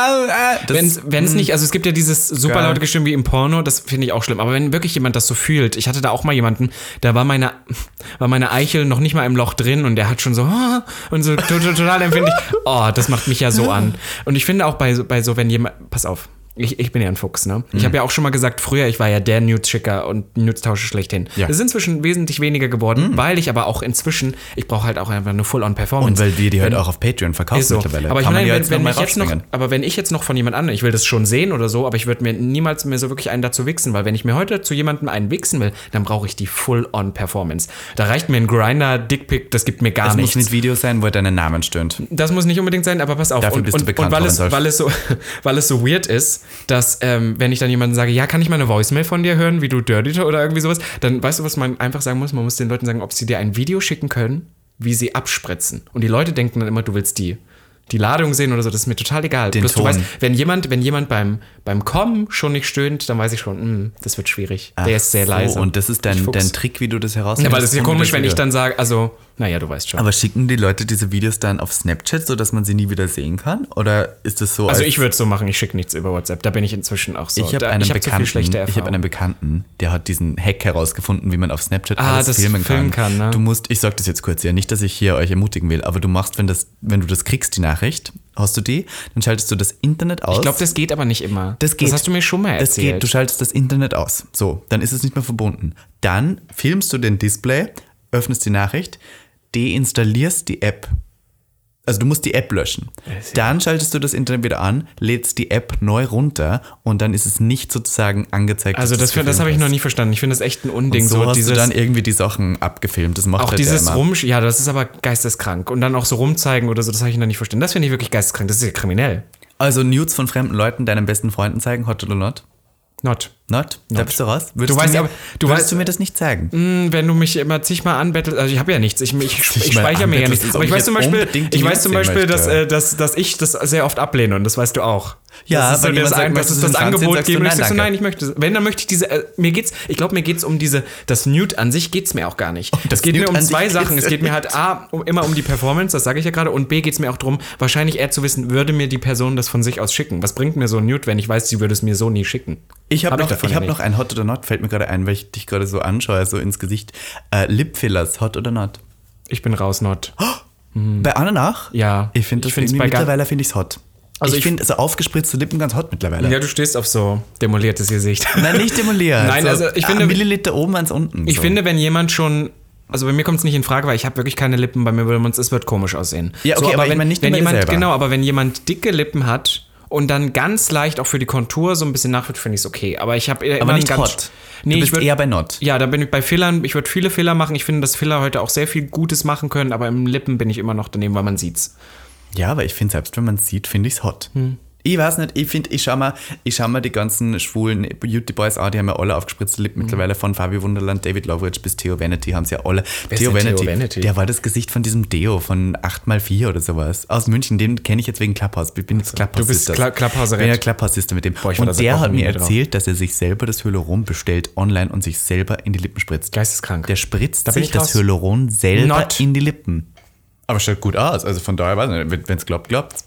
äh, äh, Wenn es nicht, also es gibt ja dieses super Geil. laute Gestimmt wie im Porno, das finde ich auch schlimm. Aber wenn wirklich jemand das so fühlt, ich hatte da auch mal jemanden, da war meine, war meine Eichel noch nicht mal im Loch drin und der hat schon so und so total empfindlich. Oh, das macht mich ja so an. Und ich finde auch bei, bei so, wenn jemand, pass auf. Ich, ich bin ja ein Fuchs, ne? Ich Mhm. habe ja auch schon mal gesagt, früher, ich war ja der Nudes-Schicker und Nudes-Tauscher schlechthin. Ja. Das ist inzwischen wesentlich weniger geworden, mhm. weil ich aber auch inzwischen, ich brauche halt auch einfach eine Full-on-Performance. Und weil wir die halt auch auf Patreon verkaufen so. mittlerweile. Aber ich Kann man meine, die wenn, jetzt wenn noch ich mal jetzt noch, rausbringen. aber wenn ich jetzt noch von jemand anderem, ich will das schon sehen oder so, aber ich würde mir niemals mehr so wirklich einen dazu wichsen, weil wenn ich mir heute zu jemandem einen wichsen will, dann brauche ich die Full-on-Performance. Da reicht mir ein Grinder-Dickpick, das gibt mir gar Es nichts. muss mit Video sein, wo er deinen Namen stöhnt. Das muss nicht unbedingt sein, aber pass auf. Dafür und, bist du und, bekannt, und weil, es, Florian weil, es so, weil es so weird ist, dass ähm, wenn ich dann jemanden sage, ja, kann ich mal eine Voicemail von dir hören, wie du dirty oder irgendwie sowas, dann weißt du, was man einfach sagen muss? Man muss den Leuten sagen, ob sie dir ein Video schicken können, wie sie abspritzen. Und die Leute denken dann immer, du willst die, die Ladung sehen oder so, das ist mir total egal. Den Bloß du Ton. weißt, wenn jemand, wenn jemand beim, beim Kommen schon nicht stöhnt, dann weiß ich schon, mh, das wird schwierig. Ach Der ist sehr so, leise. Und das ist dein, Ich Fuchs. dein Trick, wie du das herausfindest. Ja, weil das ist ja Ohne komisch, das wenn ich Video. dann sage, also, naja, du weißt schon. Aber schicken die Leute diese Videos dann auf Snapchat, sodass man sie nie wieder sehen kann? Oder ist das so? Also als- ich würde es so machen, ich schicke nichts über WhatsApp. Da bin ich inzwischen auch so. Ich habe da, einen, ich hab zu viel Bekannten, schlechte ich hab Erfahrungen. einen Bekannten, der hat diesen Hack herausgefunden, wie man auf Snapchat Ah, alles das filmen kann. filmen kann, ne? Du musst, ich sag das jetzt kurz, ja, nicht, dass ich hier euch ermutigen will, aber du machst, wenn, das, wenn du das kriegst, die Nachricht, hast du die, dann schaltest du das Internet aus. Ich glaube, das geht aber nicht immer. Das geht. Das hast du mir schon mal Das erzählt. geht, du schaltest das Internet aus. So, dann ist es nicht mehr verbunden. Dann filmst du den Display, öffnest die Nachricht, deinstallierst die App. Also du musst die App löschen. Dann schaltest du das Internet wieder an, lädst die App neu runter und dann ist es nicht sozusagen angezeigt. Also dass das, du's das habe ich gefilmt noch hast. nie verstanden. Ich finde das echt ein Unding. Und so, so hast dieses, du dann irgendwie die Sachen abgefilmt. Das macht auch halt dieses der immer. Rumsch... Ja, das ist aber geisteskrank. Und dann auch so rumzeigen oder so, das habe ich noch nicht verstanden. Das finde ich wirklich geisteskrank. Das ist ja kriminell. Also Nudes von fremden Leuten deinen besten Freunden zeigen, hot oder not? Not. Not? Da bist du raus? Würdest Du weißt mir, aber- du würdest weißt- du mir das nicht sagen? Hm, Wenn du mich immer zigmal anbettelst, also ich habe ja nichts, ich, ich, ich Zigmal speichere mir ja anbettelst, nichts. als Aber ob ich ich weiß zum jetzt Beispiel, unbedingt die ich weiß Nudes zum sehen Beispiel, dass, möchte. äh, dass, dass ich das sehr oft ablehne und das weißt du auch. Ja, das ist so wenn jemand das, sagt, dass möchtest es du das den Schwanz sehen, Angebot sagst du, geben, nein, ich sag so, danke. nein, ich möchte, wenn, dann möchte ich diese, äh, mir geht's, ich glaube, mir geht's um diese, das Nude an sich geht's mir auch gar nicht. das Es geht mir Nude um an zwei sich Sachen. geht's Es geht mir halt A, um, immer um die Performance, das sage ich ja gerade, und B geht's mir auch darum, wahrscheinlich eher zu wissen, würde mir die Person das von sich aus schicken. Was bringt mir so ein Nude, wenn ich weiß, sie würde es mir so nie schicken? Ich habe Hab ich noch, davon ich ja hab nicht. noch ein Hot oder Not, fällt mir gerade ein, weil ich dich gerade so anschaue, so ins Gesicht. Äh, Lipfillers, Hot oder Not? Ich bin raus, Not. Bei Anna nach? Ja. Ich finde das Ich find's irgendwie bei gar- mittlerweile finde ich es hot. Also ich ich- finde so aufgespritzte Lippen ganz hot mittlerweile. Ja, du stehst auf so demoliertes Gesicht. Nein, nicht demoliert. Nein, so also ich finde- ein Milliliter oben ans unten. Ich so. finde, wenn jemand schon, also bei mir kommt es nicht in Frage, weil ich habe wirklich keine Lippen, bei mir würde man es, es wird komisch aussehen. Ja, okay, aber ich wenn, meine nicht wenn immer jemand, selber. genau, aber wenn jemand dicke Lippen hat und dann ganz leicht auch für die Kontur so ein bisschen nachwirkt, finde ich es okay. Aber ich habe immer aber nicht einen ganz, hot. Nee, du ich bist würd, eher bei Not. ja, da bin ich bei Fillern, ich würde viele Filler machen. Ich finde, dass Filler heute auch sehr viel Gutes machen können, aber im Lippen bin ich immer noch daneben, weil man sieht's. Ja, aber ich finde, selbst wenn man es sieht, finde ich es hot. Hm. Ich weiß nicht, ich finde, ich schau mal, ich schau mal die ganzen schwulen Beauty Boys an, die haben ja alle aufgespritzte Lippen mittlerweile, von Fabio Wunderland, David Loveridge bis Theo Vanity haben sie ja alle. Wer ist Theo denn Vanity, Theo Vanity? der war das Gesicht von diesem Deo von acht mal vier oder sowas. Aus München, den kenne ich jetzt wegen Clubhouse. Ich bin jetzt Clubhouse. Du bist Sisters. Kla- Clubhouse-Red. Ich bin ja Clubhouse-Sister mit dem. Boah, ich war da und seit der Wochen hat nie mir mehr drauf. erzählt, dass er sich selber das Hyaluron bestellt online und sich selber in die Lippen spritzt. Geisteskrank. Der spritzt Da bin sich ich das raus. Hyaluron selber Not. in die Lippen. Aber schaut gut aus. Also von daher weiß ich nicht, wenn es klappt, klappt's.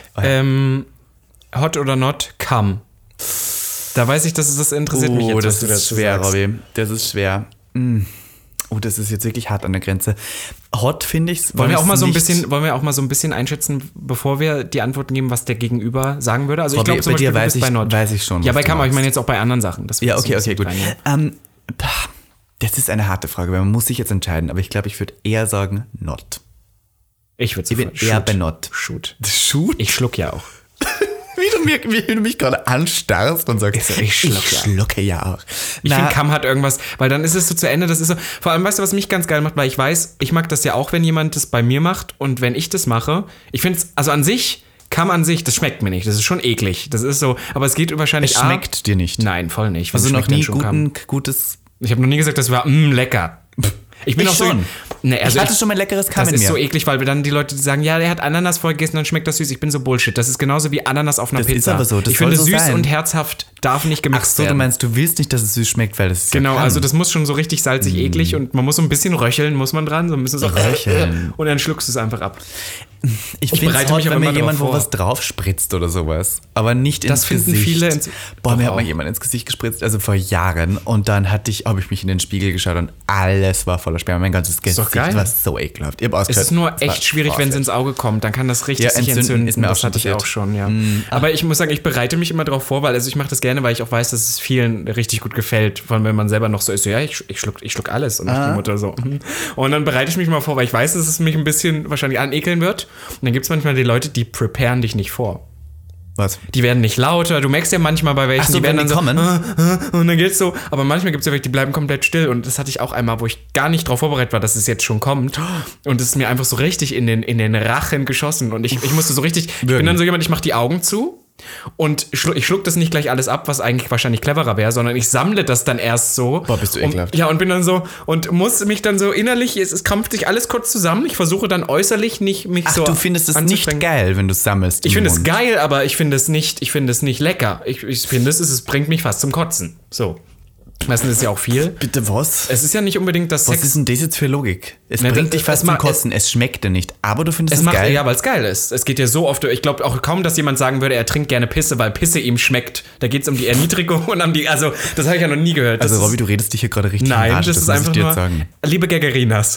Ähm, hot oder not, come. Da weiß ich, dass es das interessiert mich Oh, jetzt, das was du ist dazu schwer, sagst. Robby. Das ist schwer. Mm. Oh, das ist jetzt wirklich hart an der Grenze. Hot finde ich es. Wollen wir auch mal so ein bisschen, wollen wir auch mal so ein bisschen einschätzen, bevor wir die Antworten geben, was der Gegenüber sagen würde? Also ich Robby, glaube zum bei dir Beispiel, du weiß bist bei ich- Not. weiß ich schon, Ja, was bei du Come, aber ich machst. meine jetzt auch bei anderen Sachen. Das Ja, wird okay, so ein okay, bisschen gut. reinnehmen. Ähm, pah, das ist eine harte Frage, weil man muss sich jetzt entscheiden. Aber ich glaube, ich würde eher sagen Not. Ich würde Ich bin eher bei Not. Shoot. Shoot? Ich schluck ja auch. Wie du, mir, wie du mich gerade anstarrst und sagst, Ich so, ich schlucke. ich schlucke ja auch. Ich Na, finde, Kamm hat irgendwas, weil dann ist es so zu Ende, das ist so, vor allem, weißt du, was mich ganz geil macht, weil ich weiß, ich mag das ja auch, wenn jemand das bei mir macht und wenn ich das mache, ich finde es, also an sich, Kamm an sich, das schmeckt mir nicht, das ist schon eklig, das ist so, aber es geht wahrscheinlich es schmeckt A, dir nicht. Nein, voll nicht. Also Was noch schmeckt denn nie schon Kamm? guten, gutes... Ich habe noch nie gesagt, das war mm, lecker. Ich bin Ich auch so. schon. Nee, also ich hatte schon mal leckeres Kamm Das in ist mir. so eklig, weil wir dann die Leute die sagen, ja, der hat Ananas vorgegessen, dann schmeckt das süß. Ich bin so Bullshit. Das ist genauso wie Ananas auf einer Das Pizza. ist aber so, das ich finde, soll so süß sein. und herzhaft darf nicht Ach gemixt so, du werden. meinst, du willst nicht, dass es süß schmeckt, weil das ist Genau, ja Kamm. also das muss schon so richtig salzig, eklig und man muss so ein bisschen röcheln, muss man dran, so ein bisschen so Röcheln. und dann schluckst du es einfach ab. Ich finde es bereite hot, mich auch wenn mir immer jemand drauf wo vor. was drauf spritzt oder sowas. Aber nicht Das ins finden Gesicht. viele ins- Boah, mir Doch hat mal auch. jemand ins Gesicht gespritzt, also vor Jahren. Und dann hatte ich, habe ich mich in den Spiegel geschaut und alles war voller Sperma. Mein ganzes Gesicht doch geil. war so ekelhaft. Ich hab Es ausgehört, ist nur es war echt schwierig, wenn es grauslich. ins Auge kommt. Dann kann das richtig Ja, sich entzünden entzünden. ist mir auch das schon hatte ich passiert. auch schon, ja. Aber ich muss sagen, ich bereite mich immer darauf vor, weil also ich mache das gerne, weil ich auch weiß, dass es vielen richtig gut gefällt. Vor allem, wenn man selber noch so ist, so, ja, ich, ich, schluck, ich schluck alles. Und Ah. die Mutter so. mhm. Und dann bereite ich mich mal vor, weil ich weiß, dass es mich ein bisschen wahrscheinlich anekeln wird. Und dann gibt es manchmal die Leute, die preparen dich nicht vor. Was? Die werden nicht lauter. Du merkst ja manchmal bei welchen, Ach so, die werden wenn dann die so, kommen? äh, äh, und dann geht's so. Aber manchmal gibt es ja welche, die bleiben komplett still. Und das hatte ich auch einmal, wo ich gar nicht darauf vorbereitet war, dass es jetzt schon kommt. Und es ist mir einfach so richtig in den, in den Rachen geschossen. Und ich, ich musste so richtig, ich bin Würgen. dann so jemand, ich mache die Augen zu. Und schluck, ich schluck das nicht gleich alles ab, was eigentlich wahrscheinlich cleverer wäre, sondern ich sammle das dann erst so. Boah, bist du ekelhaft. Und, ja, und bin dann so, und muss mich dann so innerlich, es, es krampft sich alles kurz zusammen. Ich versuche dann äußerlich nicht mich Ach, so du findest es nicht anzustrengen. geil, wenn du sammelst. Ich im finde es Mund. geil, aber ich finde es nicht, ich finde es nicht lecker. Ich, ich finde es, es bringt mich fast zum Kotzen. So. Weißt du, das ist ja auch viel. Bitte was? Es ist ja nicht unbedingt das Was Sex. ist denn das jetzt für Logik? Es Ne, bringt das- dich fast es zum ma- Kotzen. Es, schmeckt dir nicht. Aber du findest Es es macht, geil. ja, weil es geil ist. Es geht ja so oft, ich glaube auch kaum, dass jemand sagen würde, er trinkt gerne Pisse, weil Pisse ihm schmeckt. Da geht es um die Erniedrigung und um die, also, das habe ich ja noch nie gehört. Das Also, ist- Robby, du redest dich hier gerade richtig in Nein, Rage, das ist muss einfach ich dir nur, jetzt sagen. liebe Gaggerinas.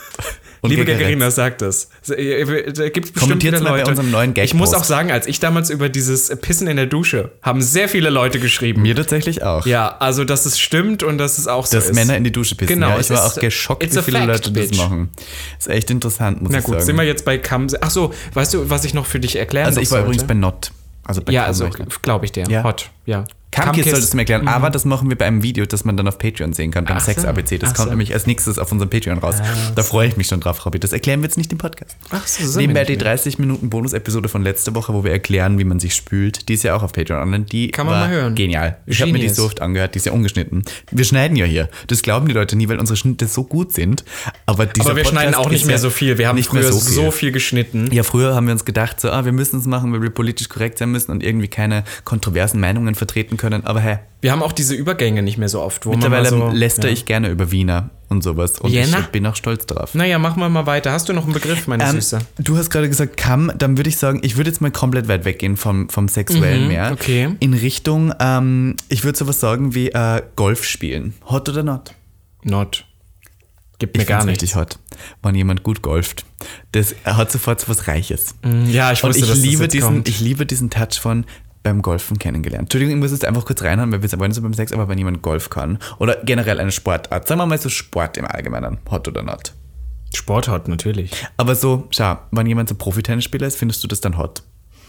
Und Liebe Gaggeretz. Gaggerinas, sagt das. Da gibt bestimmt Kommentiert's viele mal bei Leute. unserem neuen Gag-Post. Ich muss auch sagen, als ich damals über dieses Pissen in der Dusche, haben sehr viele Leute geschrieben. Mir tatsächlich auch. Ja, also dass es stimmt und dass es auch so Dass ist. Männer in die Dusche pissen. Genau, ja, ich es war ist- auch geschockt, it's wie a viele fact, Leute das bitch. machen. Ist echt interessant, muss Na ich gut, sagen. sind wir jetzt bei Kam. Ach so, weißt du, was ich noch für dich erklären also ich war sollte? übrigens bei Not. Also bei Ja, Kam also war ich nicht. glaube ich dir. Ja. Hot, ja. Kamkiss solltest du mir erklären, Mhm. aber das machen wir bei einem Video, das man dann auf Patreon sehen kann, beim Ach so. Sex-A B C. Das Ach kommt so. nämlich als nächstes auf unserem Patreon raus. Da freue ich mich schon drauf, Robby. Das erklären wir jetzt nicht im Podcast. Ach so, so Nebenbei bin ich die mir. dreißig Minuten Bonus-Episode von letzter Woche, wo wir erklären, wie man sich spült. Die ist ja auch auf Patreon online. Die Kann man war mal hören. Genial. Ich habe mir die Genius. so oft angehört. Die ist ja ungeschnitten. Wir schneiden ja hier. Das glauben die Leute nie, weil unsere Schnitte so gut sind. Aber, dieser Aber wir Podcast schneiden auch ist nicht mehr ja so viel. Wir haben nicht früher mehr so viel. geschnitten. Ja, früher haben wir uns gedacht, so, ah, wir müssen es machen, weil wir politisch korrekt sein müssen und irgendwie keine kontroversen Meinungen vertreten können. Aber hey, Wir haben auch diese Übergänge nicht mehr so oft. Wo mittlerweile man mal so, lästere ja. ich gerne über Wiener und sowas. Und Jena? ich bin auch stolz darauf. Naja, machen wir mal weiter. Hast du noch einen Begriff, meine Ähm, Süße? du hast gerade gesagt, Kamm, dann würde ich sagen, ich würde jetzt mal komplett weit weggehen vom, vom Sexuellen Mhm, mehr. okay. In Richtung, ähm, ich würde sowas sagen wie äh, Golf spielen. Hot oder not? Not. Gibt mir Ich gar find's nichts. richtig hot, wenn jemand gut golft. Das hat sofort so was Reiches. Ja, ich Und wusste, ich dass liebe, das jetzt diesen, kommt. ich liebe diesen Touch von beim Golfen kennengelernt. Entschuldigung, ich muss jetzt einfach kurz reinhauen, weil wir wollen so beim Sex, aber wenn jemand Golf kann oder generell eine Sportart, sagen wir mal so Sport im Allgemeinen, hot oder not. Sport hot, natürlich. Aber so, schau, wenn jemand so Profi-Tennisspieler ist, findest du das dann hot?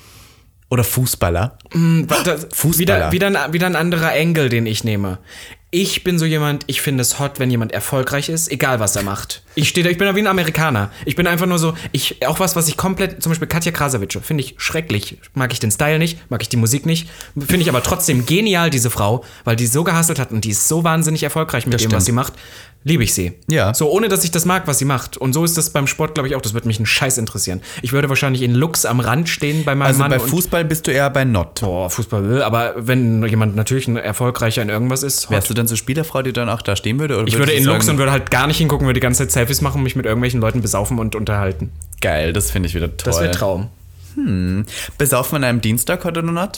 Oder Fußballer? Das, Fußballer. Wieder, wieder, ein, wieder ein anderer Engel, den ich nehme. Ich bin so jemand, ich finde es hot, wenn jemand erfolgreich ist, egal was er macht. Ich stehe da, ich bin da wie ein Amerikaner. Ich bin einfach nur so, ich, auch was, was ich komplett, zum Beispiel Katja Krasavice, finde ich schrecklich. Mag ich den Style nicht, mag ich die Musik nicht. Finde ich aber trotzdem genial, diese Frau, weil die so gehustelt hat und die ist so wahnsinnig erfolgreich mit Das dem, stimmt. was sie macht. Liebe ich sie. Ja. So, ohne dass ich das mag, was sie macht. Und so ist das beim Sport, glaube ich, auch. Das würde mich einen Scheiß interessieren. Ich würde wahrscheinlich in Lux am Rand stehen bei meinem Also Mann. bei und Fußball bist du eher bei not. Boah, Fußball will, aber wenn jemand natürlich ein erfolgreicher in irgendwas ist, Wärst du dann so Spielerfrau, die dann auch da stehen würde? Oder ich würdest würde du in Lux sagen, und würde halt gar nicht hingucken, würde die ganze Zeit Selfies machen, mich mit irgendwelchen Leuten besaufen und unterhalten. geil, das finde ich wieder toll. Das wäre Traum. Besaufen an einem Dienstag oder not?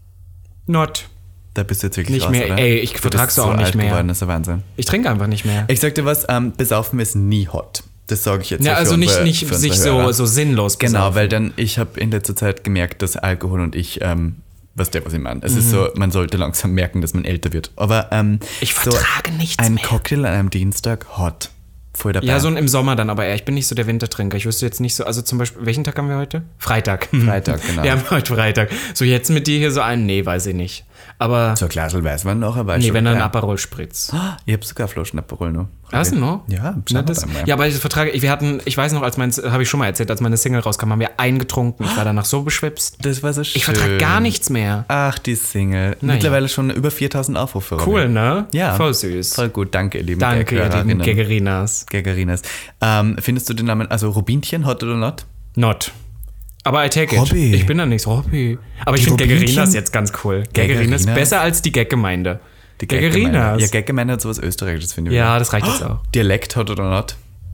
Not. Da bist du jetzt wirklich Nicht raus, mehr. oder? Ey, ich Du vertrag's bist auch nicht alt mehr. geworden, das ist der Wahnsinn. Ich trinke einfach nicht mehr. Ich sag dir was, ähm, besaufen ist nie hot. Das sage ich jetzt Ja, für also nicht, unsere- nicht für sich unsere so, Hörer. so sinnlos Genau, besaufen. weil dann, ich habe in letzter Zeit gemerkt, dass Alkohol und ich, ähm, was der, was ich meine. Es ist so, man sollte langsam merken, dass man älter wird. Aber ähm, Ich so vertrage nichts ein mehr. Cocktail an einem Dienstag, hot. voll dabei. Ja, so im Sommer dann aber eher. Ich bin nicht so der Wintertrinker. Ich wüsste jetzt nicht so, also zum Beispiel, welchen Tag haben wir heute? Freitag. Freitag, genau. Wir haben heute Freitag. So jetzt mit dir hier so ein, nee, weiß ich nicht. Aber, So ein Glasl Weißwein noch, aber nee, schon wenn dann geil. Aperol Spritz. Ich hab sogar Flaschen Aperol noch. Hast du noch? Ja, Na, das, ja, aber ich vertrage, wir hatten, ich weiß noch, als mein, habe ich schon mal erzählt, als meine Single rauskam, haben wir einen getrunken. Ich war danach so beschwipst. Das war so schön. Ich vertrage gar nichts mehr. Ach, die Single. Naja. Mittlerweile schon über viertausend Aufrufe. Robin. Cool, ne? Ja. Voll süß. Voll gut, danke, ihr lieben Danke, ihr lieben Gag-Hörerinnen. Gaggerinas. Gaggerinas. Ähm, findest du den Namen, also Rubinchen, hot oder not? Not. Aber I take it. Robby. Ich bin da nichts. Robby. Aber ich Die finde Rubinchen? Gaggerinas jetzt ganz cool. Gaggerinas Gaggerinas? besser als die Gag-Gemeinde. Die Gaggerinas. Gag-Gemeinde. Ja, Gag-Gemeinde hat sowas Österreichisches, finde ich. Ja, das reicht jetzt auch. Dialekt, hot oder not?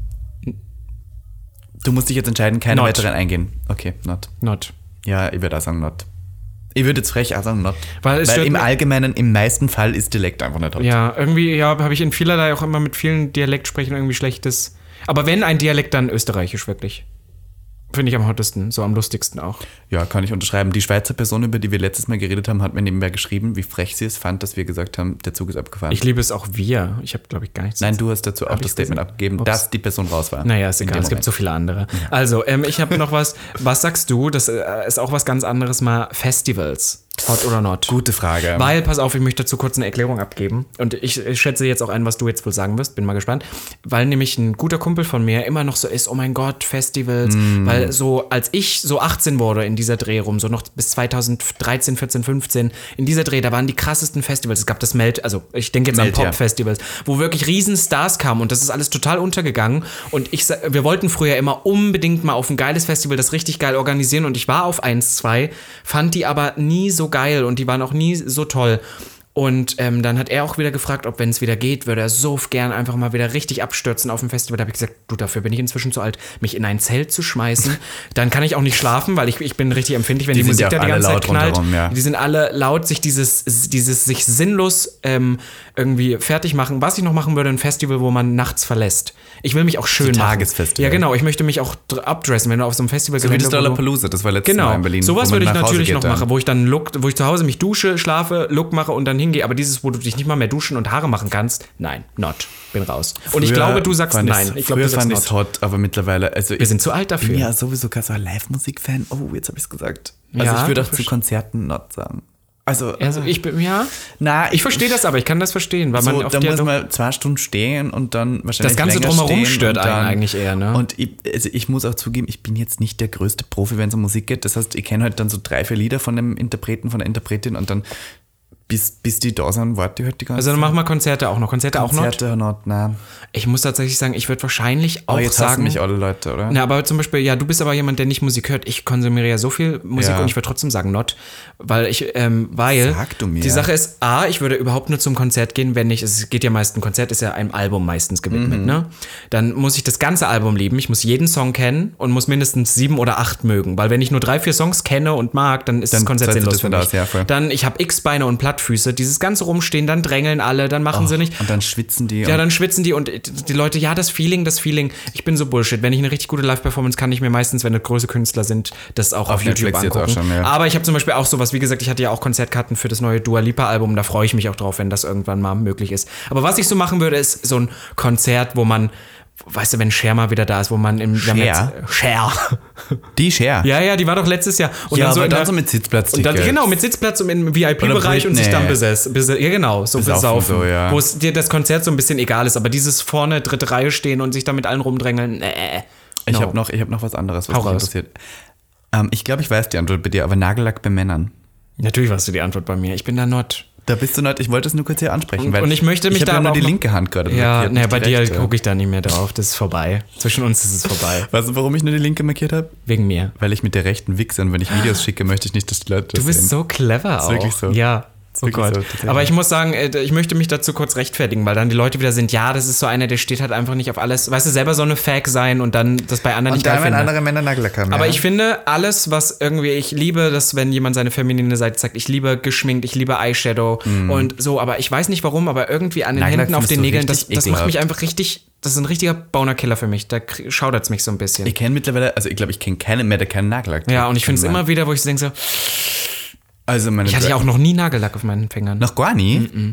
Du musst dich jetzt entscheiden, keine Not. weiteren eingehen. Okay, not. Not. Ja, ich würde auch sagen not. Ich würde jetzt frech auch sagen not. Weil es Weil stört im mich- Allgemeinen, im meisten Fall ist Dialekt einfach nicht hot. Ja, irgendwie ja, habe ich in vielerlei auch immer mit vielen Dialektsprechern irgendwie schlechtes. Aber wenn ein Dialekt, dann österreichisch wirklich. Finde ich am hottesten, so am lustigsten auch. Ja, kann ich unterschreiben. Die Schweizer Person, über die wir letztes Mal geredet haben, hat mir nebenbei geschrieben, wie frech sie es fand, dass wir gesagt haben, der Zug ist abgefahren. Ich liebe es auch wir. Ich habe, glaube ich, gar nichts. Nein, du hast dazu auch Hab das ich's Statement gesagt? abgegeben, Ups. dass die Person raus war. Naja, ist In egal, dem es gibt Moment. so viele andere. Also, ähm, ich habe noch was. Was sagst du? Das äh, ist auch was ganz anderes mal. Festivals. Hot oder not? Gute Frage. Weil, pass auf, ich möchte dazu kurz eine Erklärung abgeben. Und ich, ich schätze jetzt auch ein, was du jetzt wohl sagen wirst. Bin mal gespannt. Weil nämlich ein guter Kumpel von mir immer noch so ist, oh mein Gott, Festivals. Mm. Weil so, als ich so achtzehn wurde in dieser Dreh rum, so noch bis zweitausenddreizehn, vierzehn, fünfzehn, in dieser Dreh, da waren die krassesten Festivals. Es gab das Melt, also ich denke jetzt Melt, an ja. Pop-Festivals, wo wirklich riesen Stars kamen und das ist alles total untergegangen. Und ich, sa- wir wollten früher immer unbedingt mal auf ein geiles Festival, das richtig geil organisieren und ich war auf eins, zwei, fand die aber nie so geil und die waren auch nie so toll. Und ähm, dann hat er auch wieder gefragt, ob, wenn es wieder geht, würde er so gern einfach mal wieder richtig abstürzen auf dem Festival. Da habe ich gesagt, du, dafür bin ich inzwischen zu alt, mich in ein Zelt zu schmeißen. Dann kann ich auch nicht schlafen, weil ich, ich bin richtig empfindlich, wenn die, Die sind Musik ja da auch die alle ganze Zeit laut knallt. rundherum, ja. Die sind alle laut, sich dieses, dieses sich sinnlos ähm, irgendwie fertig machen. Was ich noch machen würde, ein Festival, wo man nachts verlässt. Ich will mich auch schön So machen. Tagesfestival. Ja, genau. Ich möchte mich auch dr- abdressen, wenn du auf so einem Festival So wie das wo du- Lollapalooza, das war letztes Genau, Mal in Berlin. sowas wo man würde ich nach Hause natürlich geht noch dann. machen, wo ich dann Look, wo ich zu Hause mich dusche, schlafe, Look mache und dann hingehe. Aber dieses, wo du dich nicht mal mehr duschen und Haare machen kannst, nein, not. Bin raus. Und ich Früher glaube, du sagst fand nein. ich's- Ich glaube, du früher sagst fand ich es not. hot, aber mittlerweile, also Wir sind zu alt ich bin dafür. ja sowieso gar so ein Live-Musik-Fan. Oh, jetzt habe ich es gesagt. Also Ja, ich würde du auch zu Konzerten not sagen. Also, Also ich bin, ja, na, ich verstehe das aber, ich kann das verstehen, weil so, man auf da der muss Dok- man zwei Stunden stehen und dann wahrscheinlich Das Ganze länger drumherum stehen stört und einen dann, eigentlich eher, ne? Und ich, also ich muss auch zugeben, ich bin jetzt nicht der größte Profi, wenn es um Musik geht. Das heißt, ich kenne halt dann so drei, vier Lieder von dem Interpreten, von der Interpretin und dann bis, bis die da sind, warte ich halt die ganze Also dann machen wir Konzerte auch noch. Konzerte, auch noch. Konzerte not, na. Ich muss tatsächlich sagen, ich würde wahrscheinlich auch Oh, jetzt hassen sagen, mich alle Leute, oder? na, aber zum Beispiel, ja, du bist aber jemand, der nicht Musik hört. Ich konsumiere ja so viel Musik Ja. und ich würde trotzdem sagen not, weil ich, ähm, weil Sag du mir. die Sache ist, A, ich würde überhaupt nur zum Konzert gehen, wenn ich, es geht ja meist, ein Konzert ist ja einem Album meistens gewidmet, Mhm. ne? Dann muss ich das ganze Album lieben, ich muss jeden Song kennen und muss mindestens sieben oder acht mögen, weil wenn ich nur drei, vier Songs kenne und mag, dann ist Dann das Konzert zahlt sich sinnlos das für nicht mich. aus, ja, voll. Dann, ich habe X-Beine und Plattfüße, dieses ganze Rumstehen, dann drängeln alle, dann machen sie nicht. Und dann schwitzen die. Ja, und dann schwitzen die und die Leute, ja, das Feeling, das Feeling. Ich bin so Bullshit. Wenn ich eine richtig gute Live-Performance kann ich mir meistens, wenn das große Künstler sind, das auch auf, Auf YouTube Netflix jetzt angucken. auch schon, ja. Aber ich habe zum Beispiel auch sowas, wie gesagt, ich hatte ja auch Konzertkarten für das neue Dua Lipa-Album. Da freue ich mich auch drauf, wenn das irgendwann mal möglich ist. Aber was ich so machen würde, ist so ein Konzert, wo man, weißt du, wenn Cher mal wieder da ist, wo man im wir haben Cher? jetzt- Cher. die Share. Ja, ja, die war doch letztes Jahr. Und Ja, dann so aber in dann der- so mit Sitzplatz. und dann, genau, mit Sitzplatz und im V I P-Bereich und sich dann besessen. Bes ja, genau, so Besaufen besaufen. so, ja. Wo es dir das Konzert so ein bisschen egal ist, aber dieses vorne, dritte Reihe stehen und sich da mit allen rumdrängeln, nee. Ich No. habe noch, ich hab noch was anderes, was Hau mich raus. interessiert. Ähm, ich glaube, ich weiß die Antwort bei dir, aber Nagellack bei Männern. Natürlich warst du die Antwort bei mir. Ich bin da not. Da bist du nicht, ich wollte es nur kurz hier ansprechen, Und- weil und ich möchte mich ich hab da ja aber nur auch die noch- linke Hand gerade Ja, markiert, ne, nicht bei die dir rechte. gucke ich da nicht mehr drauf. Das ist vorbei. Zwischen uns ist es vorbei. Weißt du, warum ich nur die linke markiert habe? Wegen mir. Weil ich mit der rechten wichse und wenn ich Videos schicke, möchte ich nicht, dass die Leute das Du bist sehen. so clever auch. wirklich so. Ja. Oh wirklich Gott. so, tatsächlich. Aber ich muss sagen, äh, ich möchte mich dazu kurz rechtfertigen, weil dann die Leute wieder sind, ja, das ist so einer, der steht halt einfach nicht auf alles. Weißt du, selber so eine Fag sein und dann das bei anderen Und nicht da geil wenn finden. andere Männer Nagellack haben. Aber ja. ich finde, alles, was irgendwie, ich liebe, dass wenn jemand seine feminine Seite zeigt, ich liebe geschminkt, ich liebe Eyeshadow und so, aber ich weiß nicht warum, aber irgendwie an den Nagellack Händen, auf findest den du Nägeln, das, richtig das macht mich ekelhaft. einfach richtig, das ist ein richtiger Boner-Killer für mich. Da schaudert es mich so ein bisschen. Ich kenne mittlerweile, also ich glaube, ich kenne keinen mehr, der keinen Nagellack ja, und ich finde es kennt. immer wieder, wo ich so denke so, Also meine ich hatte ja auch noch nie Nagellack auf meinen Fingern. Noch gar nie?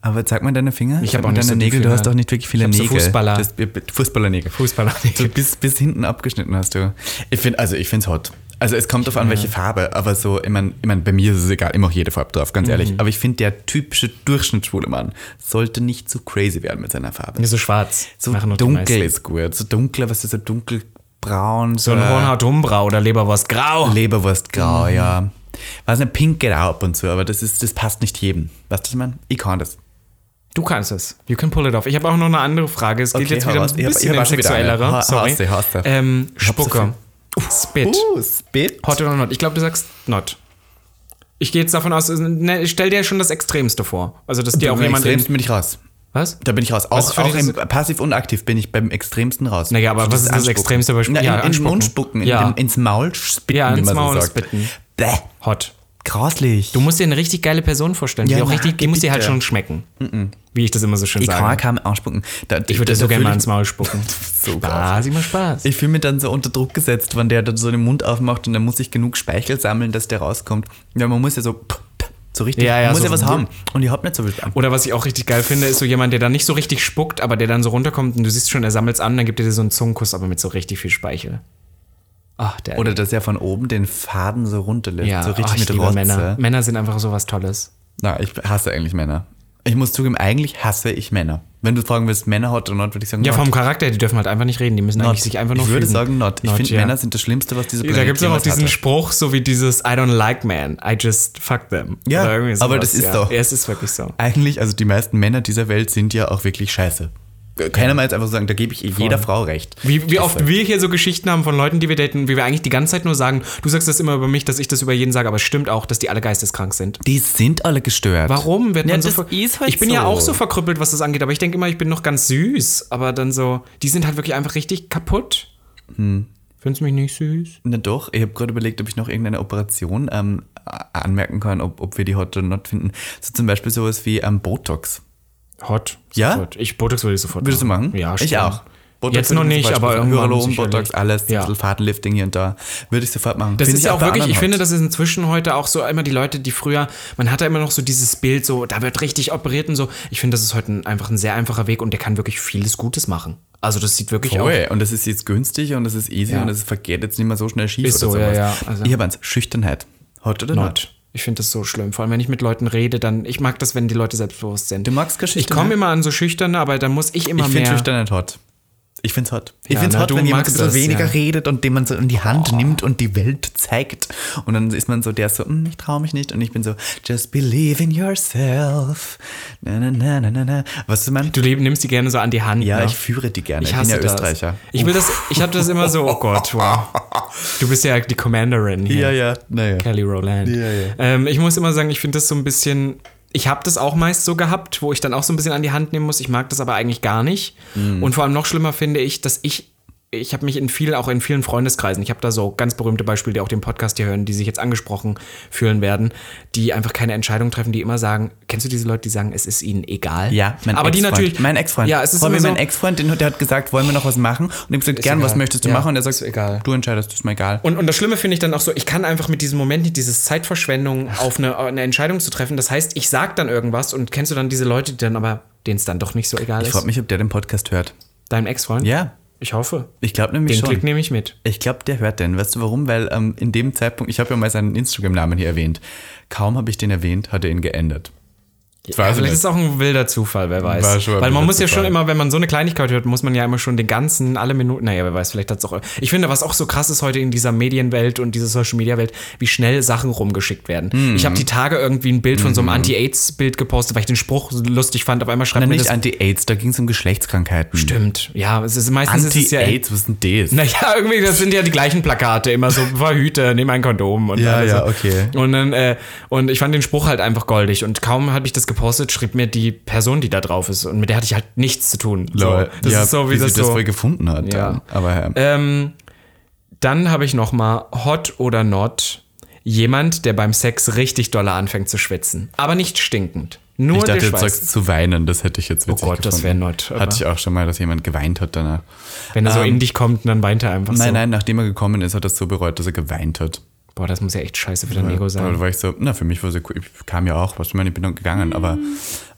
Aber zeig mal deine Finger. Ich Zeig habe auch mal nicht deine so die Nägel. Du Finger. hast auch nicht wirklich viele Ich hab so Nägel. Fußballer. Das, Fußballernägel. Fußballernägel. So bis, bis hinten abgeschnitten hast du. Ich finde, also ich finde es hot. Also es kommt drauf an, welche Farbe, aber so, ich meine, ich mein, bei mir ist es egal, ich mache jede Farbe drauf, ganz ehrlich. Aber ich finde, der typische Durchschnittsschwule Mann sollte nicht zu crazy werden mit seiner Farbe. So schwarz. So Machen noch die dunkel meisten. ist gut. So dunkler, was ist so dunkelbraun. So ein Hornhaut-Umbra oder Leberwurst-Grau. Leberwurstgrau, ja. Weiß nicht, pink geht auch ab und zu, aber das, ist, das passt nicht jedem. Weißt du, was ich meine? Ich kann das. Du kannst es. You can pull it off. Ich habe auch noch eine andere Frage. Es geht Okay, jetzt hau wieder raus. ein Ich hab- bisschen ich hab ins auch schon wieder eine. Sexuellere. Ha- Sorry. hast du, hast du. Ähm, Ich hab so Spucke. Spit. Uh, Spit. Hot oder not? Ich glaube, du sagst not. Ich gehe jetzt davon aus, ne, stell dir schon das Extremste vor. Also, dass dir auch Beim jemand... Extremsten bin ich raus. Was? Da bin ich raus. Was ist Auch, für auch dich im passiv und aktiv bin ich beim Extremsten raus. Naja, aber Für was ist das Anspucken. Extremste bei Spucken? Na, in, Ja, in den anspucken. Mund spucken, in Ja. den, ins Maul spitten, Ja, wie ins man Maul so sagt. spitten. Bäh. Hot. Grauslich. Du musst dir eine richtig geile Person vorstellen. Ja, die auch na, richtig, die muss dir halt bitte. schon schmecken. Wie ich das immer so schön ich sage. kann kaum ausspucken. Da, Ich würde dir so gerne mal ins Maul spucken. So Spaß, immer Spaß. Ich fühle mich dann so unter Druck gesetzt, wenn der dann so den Mund aufmacht und dann muss ich genug Speichel sammeln, dass der rauskommt. Ja, man muss ja so, so richtig, Ja, ja, man muss so ja was wupp. haben. Und ich hab nicht so viel Spaß. Oder was ich auch richtig geil finde, ist so jemand, der dann nicht so richtig spuckt, aber der dann so runterkommt und du siehst schon, er sammelt es an, dann gibt er dir so einen Zungenkuss, aber mit so richtig viel Speichel. Ach, der. Oder dass er von oben den Faden so runterlässt, ja, so richtig ach, ich mit liebe Rotze. Männer. Männer sind einfach so was Tolles. Na, ich hasse eigentlich Männer. Ich muss zugeben, eigentlich hasse ich Männer. Wenn du fragen willst, Männer hot oder not, würde ich sagen Ja, not. vom Charakter, die dürfen halt einfach nicht reden, die müssen Not. eigentlich sich einfach nur Ich würde fügen. sagen not. Ich Not, finde, ja. Männer sind das Schlimmste, was diese Da gibt es auch jemals diesen hatte. Spruch, so wie dieses I don't like men, I just fuck them. Ja, Oder irgendwie aber sowas, das ist ja. doch- Ja, es ist wirklich so. Eigentlich, also die meisten Männer dieser Welt sind ja auch wirklich scheiße. Keiner mal jetzt einfach so sagen, da gebe ich jeder Frau recht. Wie, wie oft wir hier so Geschichten haben von Leuten, die wir daten, wie wir eigentlich die ganze Zeit nur sagen, du sagst das immer über mich, dass ich das über jeden sage, aber es stimmt auch, dass die alle geisteskrank sind. Die sind alle gestört. Warum wird Ja, man so das ver- ist halt Ich bin so. ja auch so verkrüppelt, was das angeht, aber ich denke immer, ich bin noch ganz süß, aber dann so, die sind halt wirklich einfach richtig kaputt. Hm. Findest du mich nicht süß? Na doch, ich habe gerade überlegt, ob ich noch irgendeine Operation ähm, anmerken kann, ob, ob wir die hot oder not finden. So zum Beispiel sowas wie ähm, Botox. Hot. Ja? Sofort. Ich, Botox würde ich sofort Würdest du machen? Ja, ich schon. auch. Botox Jetzt würde noch ich nicht, zum Beispiel aber sagen. irgendwann Hyaluron, sicherlich. Botox, alles, Ja. ein bisschen Fadenlifting hier und da. Würde ich sofort machen. Das Find ist ich auch bei wirklich, anderen ich hot. finde, das ist inzwischen heute auch so immer die Leute, die früher, man hatte immer noch so dieses Bild, so, da wird richtig operiert und so. Ich finde, das ist heute ein, einfach ein sehr einfacher Weg und der kann wirklich vieles Gutes machen. Also das sieht wirklich auch. Voll. Und das ist jetzt günstig und das ist easy Ja. und das vergeht jetzt nicht mehr so schnell schief Ist oder so, ja, sowas. ja. Also- ich habe eins, Schüchternheit. Hot oder not? Not. Ich finde das so schlimm. Vor allem, wenn ich mit Leuten rede, dann, ich mag das, wenn die Leute selbstbewusst sind. Du magst keine Ich Schüchternheit? komme immer an so Schüchterne, aber dann muss ich immer Ich finde mehr. Schüchternheit hot. Ich finde es hot. Ich Ja, finde es na, hot, du wenn jemand magst so das, weniger ja. redet und den man so in die Hand nimmt und die Welt zeigt. Und dann ist man so der so, "Hm, ich traue mich nicht. Und ich bin so, just believe in yourself. Na, na, na, na, na, na. Was du meinst? Du leb- nimmst die gerne so an die Hand. Ja, ne? ich führe die gerne. Ich, bin hasse ja das. Österreicher. Ich will das, ich habe das immer so, oh Gott, wow. Du bist ja die Commanderin hier. Ja, ja, naja. Kelly Rowland. Ja, ja. Ähm, ich muss immer sagen, ich finde das so ein bisschen. Ich habe das auch meist so gehabt, wo ich dann auch so ein bisschen an die Hand nehmen muss. Ich mag das aber eigentlich gar nicht. Mhm. Und vor allem noch schlimmer finde ich, dass ich. Ich habe mich in vielen, auch in vielen Freundeskreisen, ich habe da so ganz berühmte Beispiele, die auch den Podcast hier hören, die sich jetzt angesprochen fühlen werden, die einfach keine Entscheidung treffen, die immer sagen, kennst du diese Leute, die sagen, es ist ihnen egal? Ja, mein aber die Ex-Freund. natürlich. Mein Ex-Freund. Ja, es ist Vor allem immer so, mein Ex-Freund, den- der hat gesagt, wollen wir noch was machen? Und ich habe gesagt, gern, egal. was möchtest du Ja, machen? Und er sagt, ist egal. du entscheidest, das ist mir egal. Und, und das Schlimme finde ich dann auch so, ich kann einfach mit diesem Moment nicht, dieses Zeitverschwendung auf eine, eine Entscheidung zu treffen. Das heißt, ich sag dann irgendwas und kennst du dann diese Leute, die dann aber, denen es dann doch nicht so egal Ich ist? frage mich, ob der den Podcast hört. Dein Ex-Freund? Ja, Ich hoffe. ich glaube nämlich Den schon. Klick nehme ich mit. Ich glaube, der hört den. Weißt du warum? Weil ähm, in dem Zeitpunkt, ich habe ja mal seinen Instagram-Namen hier erwähnt. Kaum habe ich den erwähnt, hat er ihn geändert. Ich Ja, weiß vielleicht nicht. ist es auch ein wilder Zufall, wer weiß. War schon ein Weil man wilder muss ja Zufall. schon immer, wenn man so eine Kleinigkeit hört, muss man ja immer schon den ganzen, alle Minuten, naja, wer weiß, vielleicht hat es auch. Ich finde, was auch so krass ist heute in dieser Medienwelt und dieser Social-Media-Welt, wie schnell Sachen rumgeschickt werden. Mhm. Ich habe die Tage irgendwie ein Bild von so einem Anti-Aids-Bild gepostet, weil ich den Spruch so lustig fand. Auf einmal schreibt Nein, mir nicht das. Anti-Aids, da ging es um Geschlechtskrankheiten. Stimmt, ja, es ist meistens ist es ja. Anti-Aids, was ist denn das? Naja, irgendwie, das sind ja die gleichen Plakate, immer so, verhüte, nimm ein Kondom und Ja, alles ja, so. okay. Und dann, äh, und ich fand den Spruch halt einfach goldig und kaum habe ich das gepostet, schrieb mir die Person, die da drauf ist und mit der hatte ich halt nichts zu tun. Lol. So, das ja, ist so, wie, wie das sie das so. wohl gefunden hat. Ja. Dann. Aber ja. Ähm, dann habe ich noch mal hot oder not jemand, der beim Sex richtig doll anfängt zu schwitzen, aber nicht stinkend. Nur ich dachte, der jetzt Schweiß. sagst du zu weinen, das hätte ich jetzt Oh witzig Gott, das wäre gefunden. not. aber Hatte ich auch schon mal, dass jemand geweint hat danach. Wenn er so Ähm, in dich kommt und dann weint er einfach Nein, so. nein, nachdem er gekommen ist, hat er es so bereut, dass er geweint hat. Boah, das muss ja echt scheiße für dein Ego Da sein. war ich so, na, für mich war es ja cool. Ich kam ja auch, was ich meine, ich bin dann gegangen, aber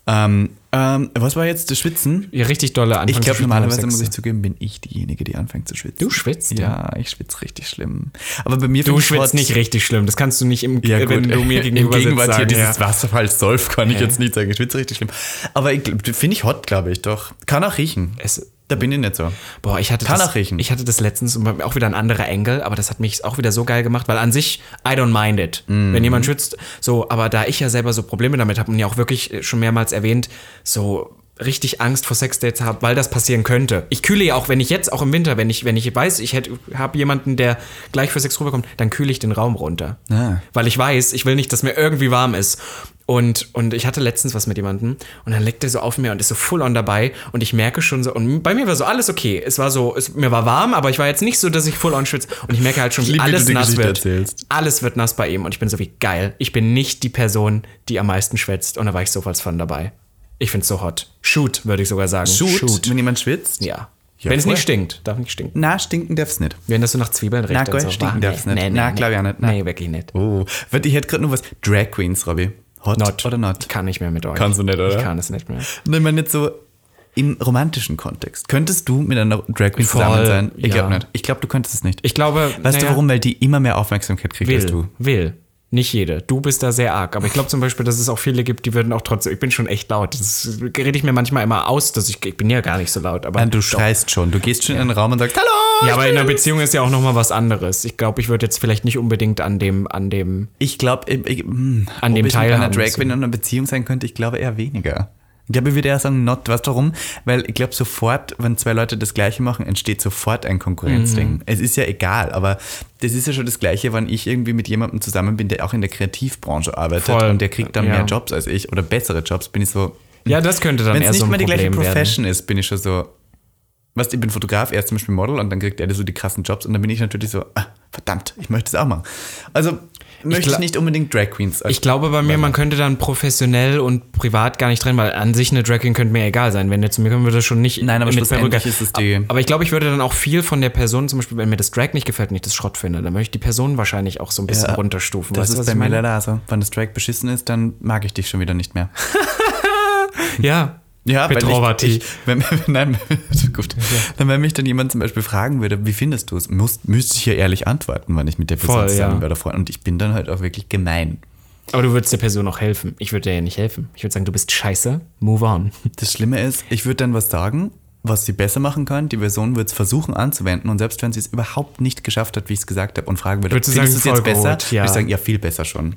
Ähm, ähm, was war jetzt das Schwitzen? Ja, richtig dolle anfangen Ich glaube, zu schwitzen normalerweise beim muss Sex. ich zugeben, bin ich diejenige, die anfängt zu schwitzen. Du schwitzt? Ja, ich schwitze richtig schlimm. Aber bei mir Du finde ich schwitzt hot- nicht richtig schlimm. Das kannst du nicht, im, Ja, wenn gut. du mir gegenüber Im sitzt, Gegenwart sagen. hier dieses ja. Wasserfall-Solf kann ich Ja. jetzt nicht sagen. Ich schwitze richtig schlimm. Aber ich glaub, finde ich hot, glaube ich, doch. Kann auch riechen. Es, Da bin ich nicht so. Boah, ich hatte Kann das, auch riechen. ich hatte das letztens und auch wieder ein anderer Engel, aber das hat mich auch wieder so geil gemacht, weil an sich, I don't mind it, Mhm. wenn jemand schwitzt. So, aber da ich ja selber so Probleme damit habe und ja auch wirklich schon mehrmals erwähnt, so richtig Angst vor Sexdates habe, weil das passieren könnte. Ich kühle ja auch, wenn ich jetzt auch im Winter, wenn ich, wenn ich weiß, ich habe jemanden, der gleich für Sex rüberkommt, dann kühle ich den Raum runter. Ah. Weil ich weiß, ich will nicht, dass mir irgendwie warm ist. Und, und ich hatte letztens was mit jemandem und dann leckt er so auf mir und ist so full on dabei und ich merke schon so, und bei mir war so alles okay. Es war so, es, mir war warm, aber ich war jetzt nicht so, dass ich full on schwitze und ich merke halt schon, Ich wie lieb, wie alles du die nass Geschichte wird. erzählst. Alles wird nass bei ihm und ich bin so wie geil. Ich bin nicht die Person, die am meisten schwitzt und da war ich sofort von dabei. Ich find's so hot. Shoot, würde ich sogar sagen. Shoot, wenn jemand schwitzt? Ja. Ja, Wenn es voll. nicht stinkt, darf nicht stinken. Na, stinken darf's nicht. Wenn das so nach Zwiebeln riecht Na, und geil, so. stinken Wah, darf's nicht. Na, glaub ich auch nicht. Na. Nee, wirklich nicht. Oh, warte, ich hätte gerade noch was. Drag Queens, Robby. Hot Not. oder Ich not? kann nicht mehr mit euch. Kannst du nicht, oder? Ich kann es nicht mehr. Wenn man nicht so im romantischen Kontext. Könntest du mit einer Drag Queen Voll, zusammen sein? Ich ja. glaube nicht. Ich glaube, du könntest es nicht. Ich glaube, Weißt naja, du warum? Weil die immer mehr Aufmerksamkeit kriegt als will, du. will. Nicht jede. Du bist da sehr arg. Aber ich glaube zum Beispiel, dass es auch viele gibt, die würden auch trotzdem. Ich bin schon echt laut. Das rede ich mir manchmal immer aus, dass ich. Ich bin ja gar nicht so laut. Aber Nein, du doch. schreist schon. Du gehst schon in den Raum und sagst, hallo! Ja, ich aber in einer bin's. Beziehung ist ja auch nochmal was anderes. Ich glaube, ich würde jetzt vielleicht nicht unbedingt an dem, an dem. Ich glaube, ich, ich, hm, An ob dem ich Teil mit einer haben Drag müssen. Queen in einer Beziehung sein könnte, ich glaube eher weniger. Ich glaube, ich würde eher sagen, not. Weißt du warum? Weil ich glaube, sofort, wenn zwei Leute das Gleiche machen, entsteht sofort ein Konkurrenzding. Mhm. Es ist ja egal, aber das ist ja schon das Gleiche, wenn ich irgendwie mit jemandem zusammen bin, der auch in der Kreativbranche arbeitet Voll. und der kriegt dann Ja. mehr Jobs als ich oder bessere Jobs, bin ich so. Ja, das könnte dann Wenn eher es nicht so ein mal die gleiche Problem werden. Profession ist, bin ich schon so. Weißt du, ich bin Fotograf, er ist zum Beispiel Model und dann kriegt er so die krassen Jobs und dann bin ich natürlich so, ah, verdammt, ich möchte es auch machen. Also möchte ich, gla- nicht unbedingt Drag Queens. als- Ich glaube bei mir, man könnte dann professionell und privat gar nicht trennen, weil an sich eine Drag Queen könnte mir egal sein. Wenn der zu mir kommen würde, schon nicht. Nein, aber mit schlussendlich Perücke. ist es die- Aber ich glaube, ich würde dann auch viel von der Person, zum Beispiel, wenn mir das Drag nicht gefällt und ich das Schrott finde, dann möchte ich die Person wahrscheinlich auch so ein bisschen Ja, runterstufen. Das weißt du, ist was bei ich mir meine? leider also. Wenn das Drag beschissen ist, dann mag ich dich schon wieder nicht mehr. Ja. Ja, Petrovati. ich, ich, wenn, nein, gut. Dann, wenn mich dann jemand zum Beispiel fragen würde, wie findest du es, muss, müsste ich ja ehrlich antworten, wenn ich mit der Person Voll, zusammen ja. wäre oder Freund. Und ich bin dann halt auch wirklich gemein. Aber du würdest der Person auch helfen. Ich würde dir ja nicht helfen. Ich würde sagen, du bist scheiße, move on. Das Schlimme ist, ich würde dann was sagen, was sie besser machen kann. Die Person würde es versuchen anzuwenden und selbst wenn sie es überhaupt nicht geschafft hat, wie ich es gesagt habe und fragen würde, Würdest du findest du sagen, es jetzt voll besser? gut, ja. Würde ich sagen, ja, viel besser schon.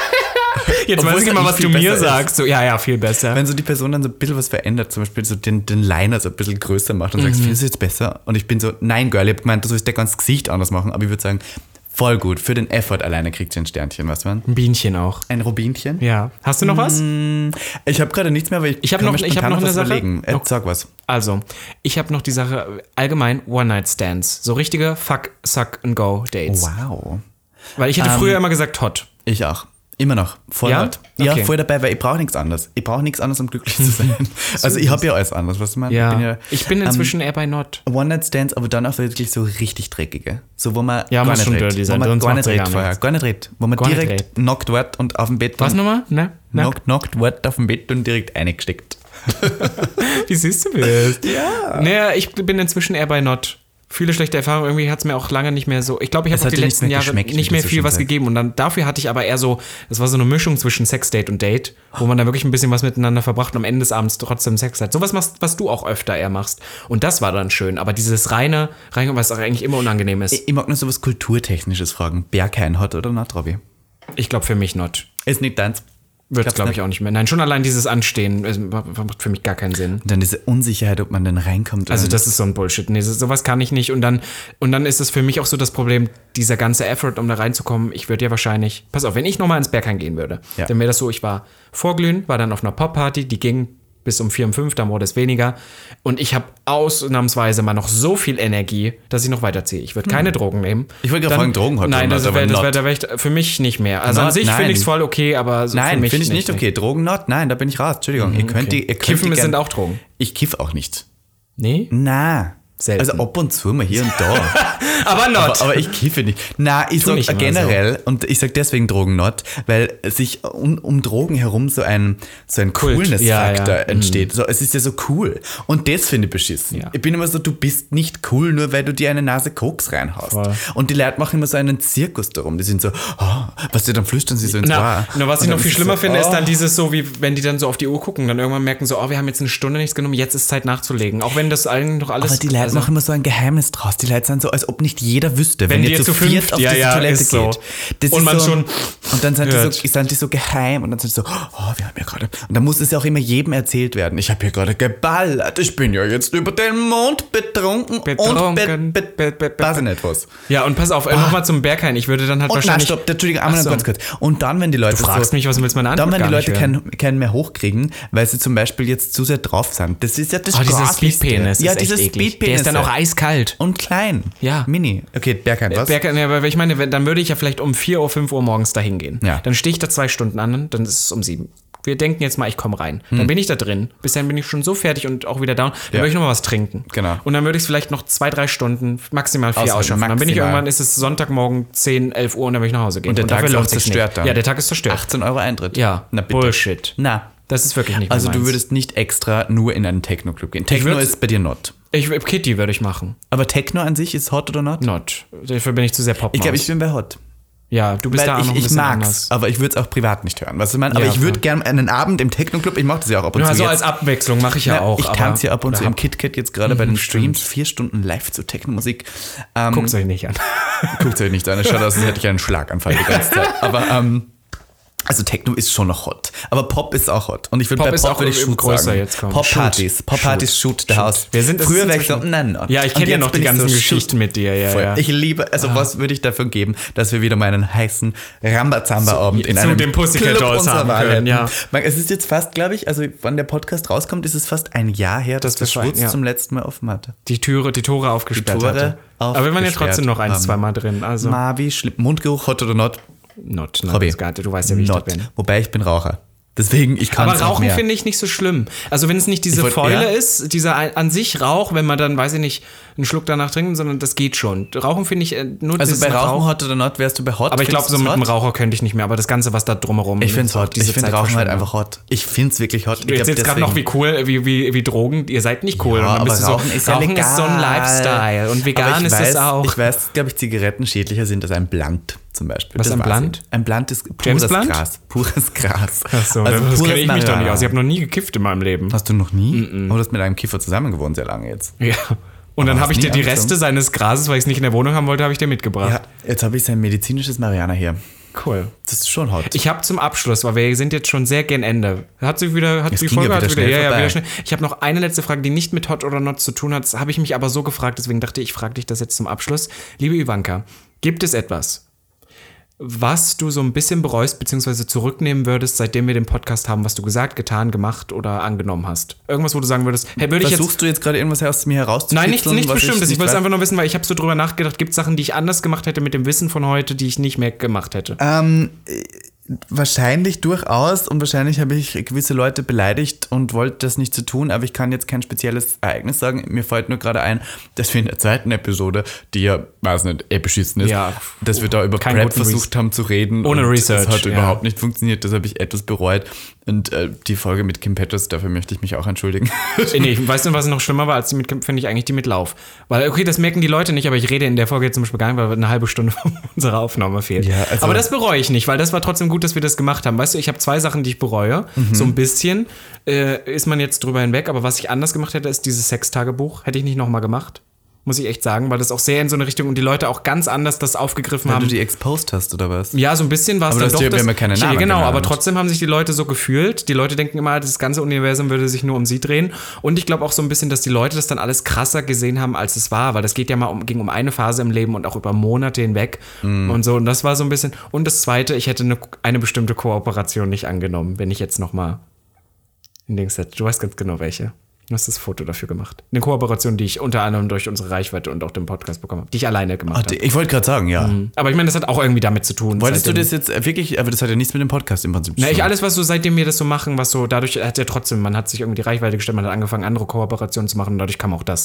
Jetzt Obwohl weiß es ich immer, eigentlich was viel du mir besser ist. sagst. So, ja, ja, viel besser. Wenn so die Person dann so ein bisschen was verändert, zum Beispiel so den, den Liner so ein bisschen größer macht und sagst, findest du jetzt besser? Und ich bin so, nein, Girl, ich hab gemeint, du sollst dein ganzes Gesicht anders machen, aber ich würde sagen, voll gut, für den Effort alleine kriegt sie ein Sternchen, was man? Ein Bienchen auch. Ein Rubinchen? Ja. Hast du noch was? Ich habe gerade nichts mehr, weil ich, Ich hab kann noch- mir ich hab spontan noch eine was Sache. überlegen. Äh, Okay. Sag was. Also, ich habe noch die Sache, allgemein One-Night-Stands. So richtige Fuck, Suck and Go-Dates. Wow. Weil ich hätte früher immer gesagt hot. Ich auch. Immer noch. Voll Ja? hart. Ja, Okay. voll dabei, weil ich brauche nichts anderes. Ich brauche nichts anderes, um glücklich zu sein. Also ich habe ja alles anderes, was du meinst. Ja. Ich bin, ja, ich bin inzwischen eher bei not. One-Night-Stands, aber dann auch wirklich so richtig dreckige. So, wo man Ja, gar muss nicht schon redet. dirty sein, Wo man sonst gar macht's nicht ja redet gar vorher. nichts. Gar nicht redet. Wo man Gar nicht direkt redet. knockt wird und auf dem Bett. Was und nochmal? Ne? Ne? Knockt, knockt wird auf dem Bett und direkt eingesteckt. Wie süß du bist. Ja. Naja, ich bin inzwischen eher bei not. Viele schlechte Erfahrungen. Irgendwie hat es mir auch lange nicht mehr so. Ich glaube, ich Es habe hat die dir nicht letzten mehr Jahre geschmeckt, wie nicht du mehr so viel schön was sagst. gegeben. Und dann dafür hatte ich aber eher so, das war so eine Mischung zwischen Sexdate und Date, wo man da wirklich ein bisschen was miteinander verbracht und am Ende des Abends trotzdem Sex hat. Sowas machst, was du auch öfter eher machst. Und das war dann schön. Aber dieses reine, rein, was auch eigentlich immer unangenehm ist. Ich, ich mag nur so was Kulturtechnisches fragen. Berghain hat oder not, Robby? Ich glaube für mich not. Ist nicht deins. Wird es, Glaub's glaube ich, nicht. auch nicht mehr. Nein, schon allein dieses Anstehen es macht für mich gar keinen Sinn. Und dann diese Unsicherheit, ob man dann reinkommt. Also oder das ist so ein Bullshit. Nee, so- sowas kann ich nicht. Und dann, und dann ist es für mich auch so das Problem, dieser ganze Effort, um da reinzukommen. Ich würde ja wahrscheinlich, pass auf, wenn ich nochmal ins Berghain gehen würde, Ja. dann wäre das so, ich war vorglühen, war dann auf einer Pop-Party, die ging bis um vier, um fünf, dann wurde es weniger. Und ich habe ausnahmsweise mal noch so viel Energie, dass ich noch weiterziehe. Ich würde keine Drogen nehmen. Hm. Ich wollte gerade Dann- fragen, Drogen hat Nein, oder das not, wäre aber das wär, not. da wär ich für mich nicht mehr. Also an Not, sich finde nein. ich es voll okay, aber so für Nein, mich finde ich nicht okay. Drogen not? Nein, da bin ich raus. Entschuldigung. ihr könnt okay. die, ihr könnt Kiffen die sind gern- auch Drogen. Ich kiff auch nicht. Nee? Na, Selten. Also ab und zu mal hier und da. aber not. Aber, aber ich kiffe nicht. Na, ich Tu nicht sag immer generell, so. Und ich sag deswegen Drogen not, weil sich um, um Drogen herum so ein, so ein Coolness-Faktor ja, ja. entsteht. So, es ist ja so cool. Und das finde ich beschissen. Ja. Ich bin immer so, du bist nicht cool, nur weil du dir eine Nase Koks reinhaust. Voll. Und die Leute machen immer so einen Zirkus darum. Die sind so, oh, was die dann flüstern sie so ins Na, Ohr. na, was ich noch viel schlimmer so, finde, oh. ist dann dieses so, wie wenn die dann so auf die Uhr gucken, dann irgendwann merken so, oh, wir haben jetzt eine Stunde nichts genommen, jetzt ist Zeit nachzulegen. Auch wenn das eigentlich noch alles... Aber die Leute also, machen immer so ein Geheimnis draus. Die Leute sind so, als ob nicht jeder wüsste, wenn, Wenn die ihr jetzt zu zu viert fünft- auf ja, diese ja, Toilette ist so. geht. Das Und ist man so, schon und dann sind die, hört. so, sind die so geheim und dann sind die so, oh, wir haben ja gerade... Und dann muss es ja auch immer jedem erzählt werden. Ich habe hier gerade geballert. Ich bin ja jetzt über den Mond betrunken, Betrunken. und be, be, be, be, weiß ich nicht was. Ja, und pass auf, äh, nochmal zum Berghain. Ich würde dann halt Und nein, wahrscheinlich... stopp, Entschuldigung, einmal Ach noch so. ganz kurz. Und dann, wenn die Leute Du fragst so, mich, was willst du meine Antwort dann, wenn die gar nicht Leute hören. keinen, keinen mehr hochkriegen, weil sie zum Beispiel jetzt zu sehr drauf sind. Das ist ja das Oh, dieser Grauslichste. Speedpenis Ja, ist echt dieser eklig. Speedpenis. Der ist dann auch eiskalt. Und klein. Ja. Mini. Okay, Berghain, was? Berghain, ja, aber ich meine, wenn- dann würde ich ja vielleicht um vier Uhr, fünf Uhr morgens da hingehen. Ja. Dann stehe ich da zwei Stunden an, dann ist es um sieben. Wir denken jetzt mal, ich komme rein. Hm. Dann bin ich da drin. Bis dann bin ich schon so fertig und auch wieder down. Dann Ja. würde ich noch mal was trinken. Genau. Und dann würde ich es vielleicht noch zwei, drei Stunden, maximal vier Aushalten, ausschöpfen. Dann bin ich maximal. irgendwann, ist es Sonntagmorgen zehn, elf Uhr und dann will ich nach Hause gehen. Und der Tag dafür ist auch lohnt sich's zerstört nicht. dann. Ja, der Tag ist zerstört. achtzehn Euro Eintritt. Ja, Na bitte. Bullshit. Na. Das ist wirklich nicht mehr Also du meins. würdest nicht extra nur in einen Techno-Club gehen. Techno würd- ist bei dir not. Ich, Kitty würde ich machen. Aber Techno an sich ist hot oder not? Not. Dafür bin ich zu sehr Pop. Ich glaube, ich bin bei hot. Ja, du bist Weil da auch noch ein ich, ich bisschen mag's, anders. aber ich würde es auch privat nicht hören. Weißt du, man? Aber Ja, ich würde voll. gerne einen Abend im Techno-Club, ich mache das ja auch ab und Ja, zu so jetzt. als Abwechslung mache ich ja, Ja, auch. ich aber- tanze ja ab und oder zu im hab- KitKat jetzt gerade bei den Mhm, Streams, vier Stunden live zu Techno-Musik. Ähm, Guckt's euch nicht an. Guckt euch nicht an, es schaut aus, als hätte ich einen Schlaganfall die ganze Zeit. Aber ähm, also Techno ist schon noch hot. Aber Pop ist auch hot. Und ich würde Pop bei ist Pop auch würde ich im Shoot größer sagen. jetzt kommen. Pop-Partys. Shoot. Pop-Partys, Shoot, the House. Wir sind- es Früher ist wäre ich so, inzwischen- nein, nein. Ja, ich Und kenne ja jetzt noch die bin ich ganzen so, Geschichten Shoot. mit dir. Ja, Voll. ja. Ich liebe, also was würde ich dafür geben, dass wir wieder mal einen heißen Rambazamba-Abend in zu einem dem Pussycat Club Dolls unserer haben Wahl können, hätten. ja. Man, es ist jetzt fast, glaube ich, also wann der Podcast rauskommt, ist es fast ein Jahr her, dass Das der war- Schwutz ja. zum letzten Mal offen hatte. Die Türe, die Tore aufgesperrt Tore hatte. Aber wir waren ja aufgesperrt trotzdem noch eins, haben. zwei Mal drin. Also, Mavi, Schlipp, Mundgeruch, hot oder not? not, not Robby. das Garte. Du weißt ja, wie ich Not. da bin. Wobei ich bin Raucher. Deswegen, ich kann Aber es auch Rauchen mehr. finde ich nicht so schlimm. Also wenn es nicht diese Ich wollt- Fäule ja. ist, dieser ein- an sich Rauch, wenn man dann, weiß ich nicht, einen Schluck danach trinkt, sondern das geht schon. Rauchen finde ich äh, nur Also dieses bei nach Rauchen Rauch. hot oder not wärst du bei hot. Aber ich glaube, Findest so mit du's einem hot? Raucher könnte ich nicht mehr. Aber das Ganze, was da drumherum Ich finde es so hot. diese Ich finde Rauchen halt Zeitverschwendung. einfach hot. Ich finde es wirklich hot. Ich Du glaub, erzählst gerade noch, wie cool, wie, wie, wie Drogen, ihr seid nicht cool. Ja, und dann aber bist du so, Rauchen ist ja Rauchen legal. ist so ein Lifestyle und vegan Aber ich ist weiß, das auch. Ich weiß, glaube ich, Zigaretten schädlicher sind als ein Blunt zum Beispiel. Was, Das ein weiß Blunt? ich. Ein Blunt ist James pures Blunt? Gras. Pures Gras. Achso, also das pures kenne ich mich doch nicht Marihuana. aus. Ich habe noch nie gekifft in meinem Leben. Hast du noch nie? Oh, du hast mit einem Kiffer zusammen gewohnt, sehr lange jetzt. Ja. Und dann hast habe ich nie dir die angefangen? Reste seines Grases, weil ich es nicht in der Wohnung haben wollte, habe ich dir mitgebracht. Ja, jetzt habe ich sein medizinisches Marihuana hier. Cool. Das ist schon hot. Ich habe zum Abschluss, weil wir sind jetzt schon sehr gen Ende. Hat sich wieder, hat Es die ging Folge ja hat wieder wieder, schnell ja, ja, vorbei. wieder schnell. Ich habe noch eine letzte Frage, die nicht mit Hot oder Not zu tun hat. Das habe ich mich aber so gefragt, deswegen dachte ich, ich frage dich das jetzt zum Abschluss. Liebe Ivanka, gibt es etwas, was du so ein bisschen bereust, beziehungsweise zurücknehmen würdest, seitdem wir den Podcast haben, was du gesagt, getan, gemacht oder angenommen hast? Irgendwas, wo du sagen würdest, hey, würde ich jetzt... Versuchst du jetzt gerade irgendwas aus mir herauszukitzeln? Nein, nichts, nichts was Bestimmtes. Ich, nicht will es weiß? einfach nur wissen, weil ich habe so drüber nachgedacht, gibt es Sachen, die ich anders gemacht hätte mit dem Wissen von heute, die ich nicht mehr gemacht hätte? Ähm, wahrscheinlich durchaus und wahrscheinlich habe ich gewisse Leute beleidigt und wollte das nicht so tun, aber ich kann jetzt kein spezielles Ereignis sagen. Mir fällt nur gerade ein, dass wir in der zweiten Episode, die ja, weiß nicht, eh beschissen ist, Ja. dass wir da über Kein Prep guten versucht Re- haben zu reden. Ohne und Research, Das hat ja. überhaupt nicht funktioniert, das habe ich etwas bereut. Und äh, die Folge mit Kim Petras, dafür möchte ich mich auch entschuldigen. Äh, Nee, weißt du, was noch schlimmer war als die mit, finde ich eigentlich die mit Lauf. Weil, okay, das merken die Leute nicht, aber ich rede in der Folge jetzt zum Beispiel gar nicht, weil eine halbe Stunde von unserer Aufnahme fehlt. Ja, also- aber das bereue ich nicht, weil das war trotzdem gut, dass wir das gemacht haben. Weißt du, ich habe zwei Sachen, die ich bereue. Mhm. So ein bisschen äh, ist man jetzt drüber hinweg, aber was ich anders gemacht hätte, ist dieses Sextagebuch. Hätte ich nicht nochmal gemacht. Muss ich echt sagen, weil das auch sehr in so eine Richtung und die Leute auch ganz anders das aufgegriffen Weil haben. du die exposed hast, oder was? Ja, so ein bisschen war es Aber dann du hast doch. ja- wir das- haben ja keine Ja, Namen Genau, aber genannt. trotzdem haben sich die Leute so gefühlt. Die Leute denken immer, das ganze Universum würde sich nur um sie drehen. Und ich glaube auch so ein bisschen, dass die Leute das dann alles krasser gesehen haben, als es war. Weil das geht ja mal um, ging um eine Phase im Leben und auch über Monate hinweg. Mhm. Und so. Und das war so ein bisschen. Und das Zweite, ich hätte eine, eine bestimmte Kooperation nicht angenommen, wenn ich jetzt nochmal ein Dings hätte. Du weißt ganz genau welche. Du hast das Foto dafür gemacht. Eine Kooperation, die ich unter anderem durch unsere Reichweite und auch den Podcast bekommen habe, die ich alleine gemacht Ach, habe. die- ich wollte gerade sagen, ja. Aber ich meine, das hat auch irgendwie damit zu tun. Wolltest du seitdem- das jetzt wirklich, aber das hat ja nichts mit dem Podcast im Prinzip zu Na, tun. ich alles, was so seitdem wir das so machen, was so dadurch hat ja trotzdem, man hat sich irgendwie die Reichweite gestellt, man hat angefangen, andere Kooperationen zu machen und dadurch kam auch das.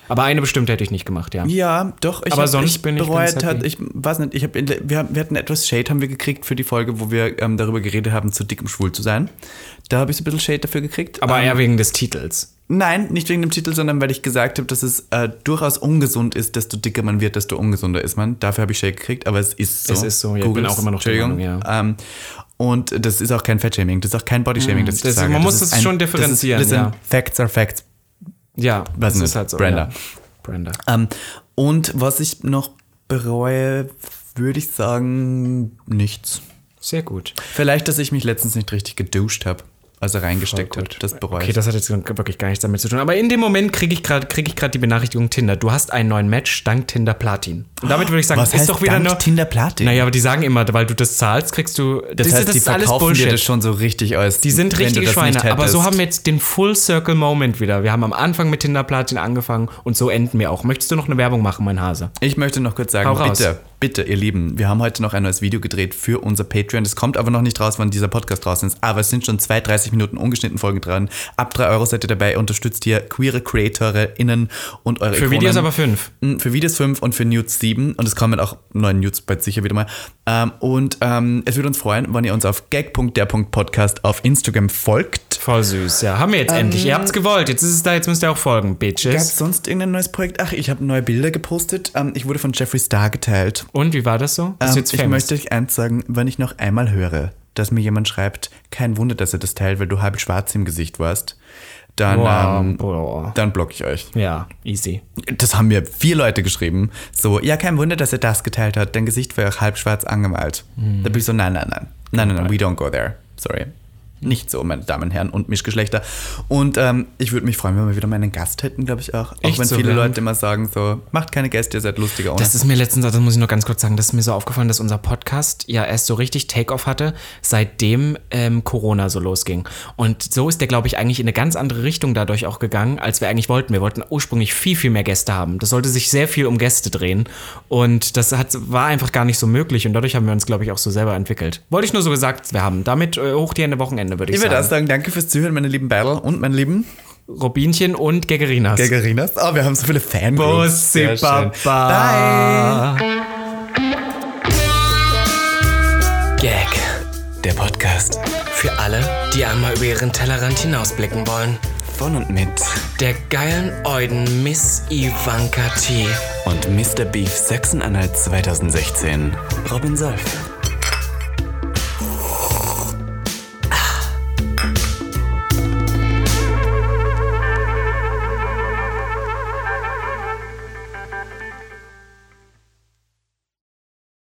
Aber eine bestimmte hätte ich nicht gemacht, ja. Ja, doch. Ich Aber hab, sonst ich bin ich bereut ganz hat, happy. ich weiß nicht, ich hab, wir, haben, wir hatten etwas Shade haben wir gekriegt für die Folge, wo wir ähm, darüber geredet haben, zu dick um schwul zu sein. Da habe ich so ein bisschen Shade dafür gekriegt. Aber ähm, eher wegen des Titels. Nein, nicht wegen dem Titel, sondern weil ich gesagt habe, dass es äh, durchaus ungesund ist, desto dicker man wird, desto ungesunder ist man. Dafür habe ich Shade gekriegt, aber es ist so. Es ist so, ja, ich bin auch immer noch der Meinung, ja. Ähm, und das ist auch kein Fettshaming, das ist auch kein Bodyshaming, das ich Das- sage. man Das muss ist es schon differenzieren, Das, ist, das ja. sind Facts are Facts. Ja, Was das nicht? ist halt so. Brenda. Ja. Brenda. Ähm, und was ich noch bereue, würde ich sagen, nichts. Sehr gut. Vielleicht, dass ich mich letztens nicht richtig geduscht habe, also reingesteckt Voll habe. gut. Das bereue Okay, ich. das hat jetzt wirklich gar nichts damit zu tun. Aber in dem Moment kriege ich gerade krieg ich gerade die Benachrichtigung Tinder. Du hast einen neuen Match dank Tinder Platin. Und damit würde ich sagen, Was ist heißt doch wieder dank nur Tinder Platin? Naja, aber die sagen immer, weil du das zahlst, kriegst du. das heißt, die verkaufen dir das schon so richtig als. Die sind wenn du richtige das Schweine, nicht aber so hättest. haben wir jetzt den Full Circle Moment wieder. Wir haben am Anfang mit Tinder Platin angefangen und so enden wir auch. Möchtest du noch eine Werbung machen, mein Hase? Ich möchte noch kurz sagen, Hau raus. bitte, bitte, ihr Lieben, wir haben heute noch ein neues Video gedreht für unser Patreon. Das kommt aber noch nicht raus, wann dieser Podcast draußen ist. Aber es sind schon zwei dreißig Minuten ungeschnitten Folgen dran. Ab drei Euro seid ihr dabei, unterstützt hier queere CreatorInnen und eure Für Ikonen. Videos aber fünf. Für Videos fünf und für Nudes sieben. Und es kommen auch neue Nudes bald sicher wieder mal. Ähm, und ähm, es würde uns freuen, wenn ihr uns auf gag punkt der punkt podcast auf Instagram folgt. Voll süß, ja. Haben wir jetzt endlich. Ihr habt's gewollt. Jetzt ist es da, jetzt müsst ihr auch folgen, Gab Bitches. es sonst irgendein neues Projekt? Ach, ich habe neue Bilder gepostet. Ähm, ich wurde von Jeffree Star geteilt. Und wie war das so? Bist du Ähm, jetzt ich famous? möchte euch eins sagen, wenn ich noch einmal höre, dass mir jemand schreibt, kein Wunder, dass er das teilt, weil du halb schwarz im Gesicht warst, dann, Wow, ähm, boah. dann block ich euch. Ja, easy. Das haben mir vier Leute geschrieben. So, ja, kein Wunder, dass er das geteilt hat. Dein Gesicht war ja auch halb schwarz angemalt. Da bin ich so, nein, nein, nein. Nein, nein, nein, we don't go there. Sorry. Nicht so, meine Damen und Herren und Mischgeschlechter. Und ähm, ich würde mich freuen, wenn wir wieder mal einen Gast hätten, glaube ich auch. Auch Echt wenn so, viele ja. Leute immer sagen so, macht keine Gäste, ihr seid lustiger ohne. Das ist mir letztens, das muss ich noch ganz kurz sagen, das ist mir so aufgefallen, dass unser Podcast ja erst so richtig Take-Off hatte, seitdem ähm, Corona so losging. Und so ist der, glaube ich, eigentlich in eine ganz andere Richtung dadurch auch gegangen, als wir eigentlich wollten. Wir wollten ursprünglich viel, viel mehr Gäste haben. Das sollte sich sehr viel um Gäste drehen. Und das hat, war einfach gar nicht so möglich. Und dadurch haben wir uns, glaube ich, auch so selber entwickelt. Wollte ich nur so gesagt, wir haben damit äh, hoch die Hände Wochenende, würde ich, Ich würde sagen. auch sagen, danke fürs Zuhören, meine lieben Battle und meine lieben Robinchen und Gegerinas. Gegerinas. Oh, wir haben so viele Fangroups. Bussi Sehr schön. Baba. Bye. Gag. Der Podcast Für alle, die einmal über ihren Tellerrand hinausblicken wollen. von und mit Der geilen Euden Miss Ivanka T. und Mister Beef Sachsen-Anhalt zwanzig sechzehn. Robin Solf.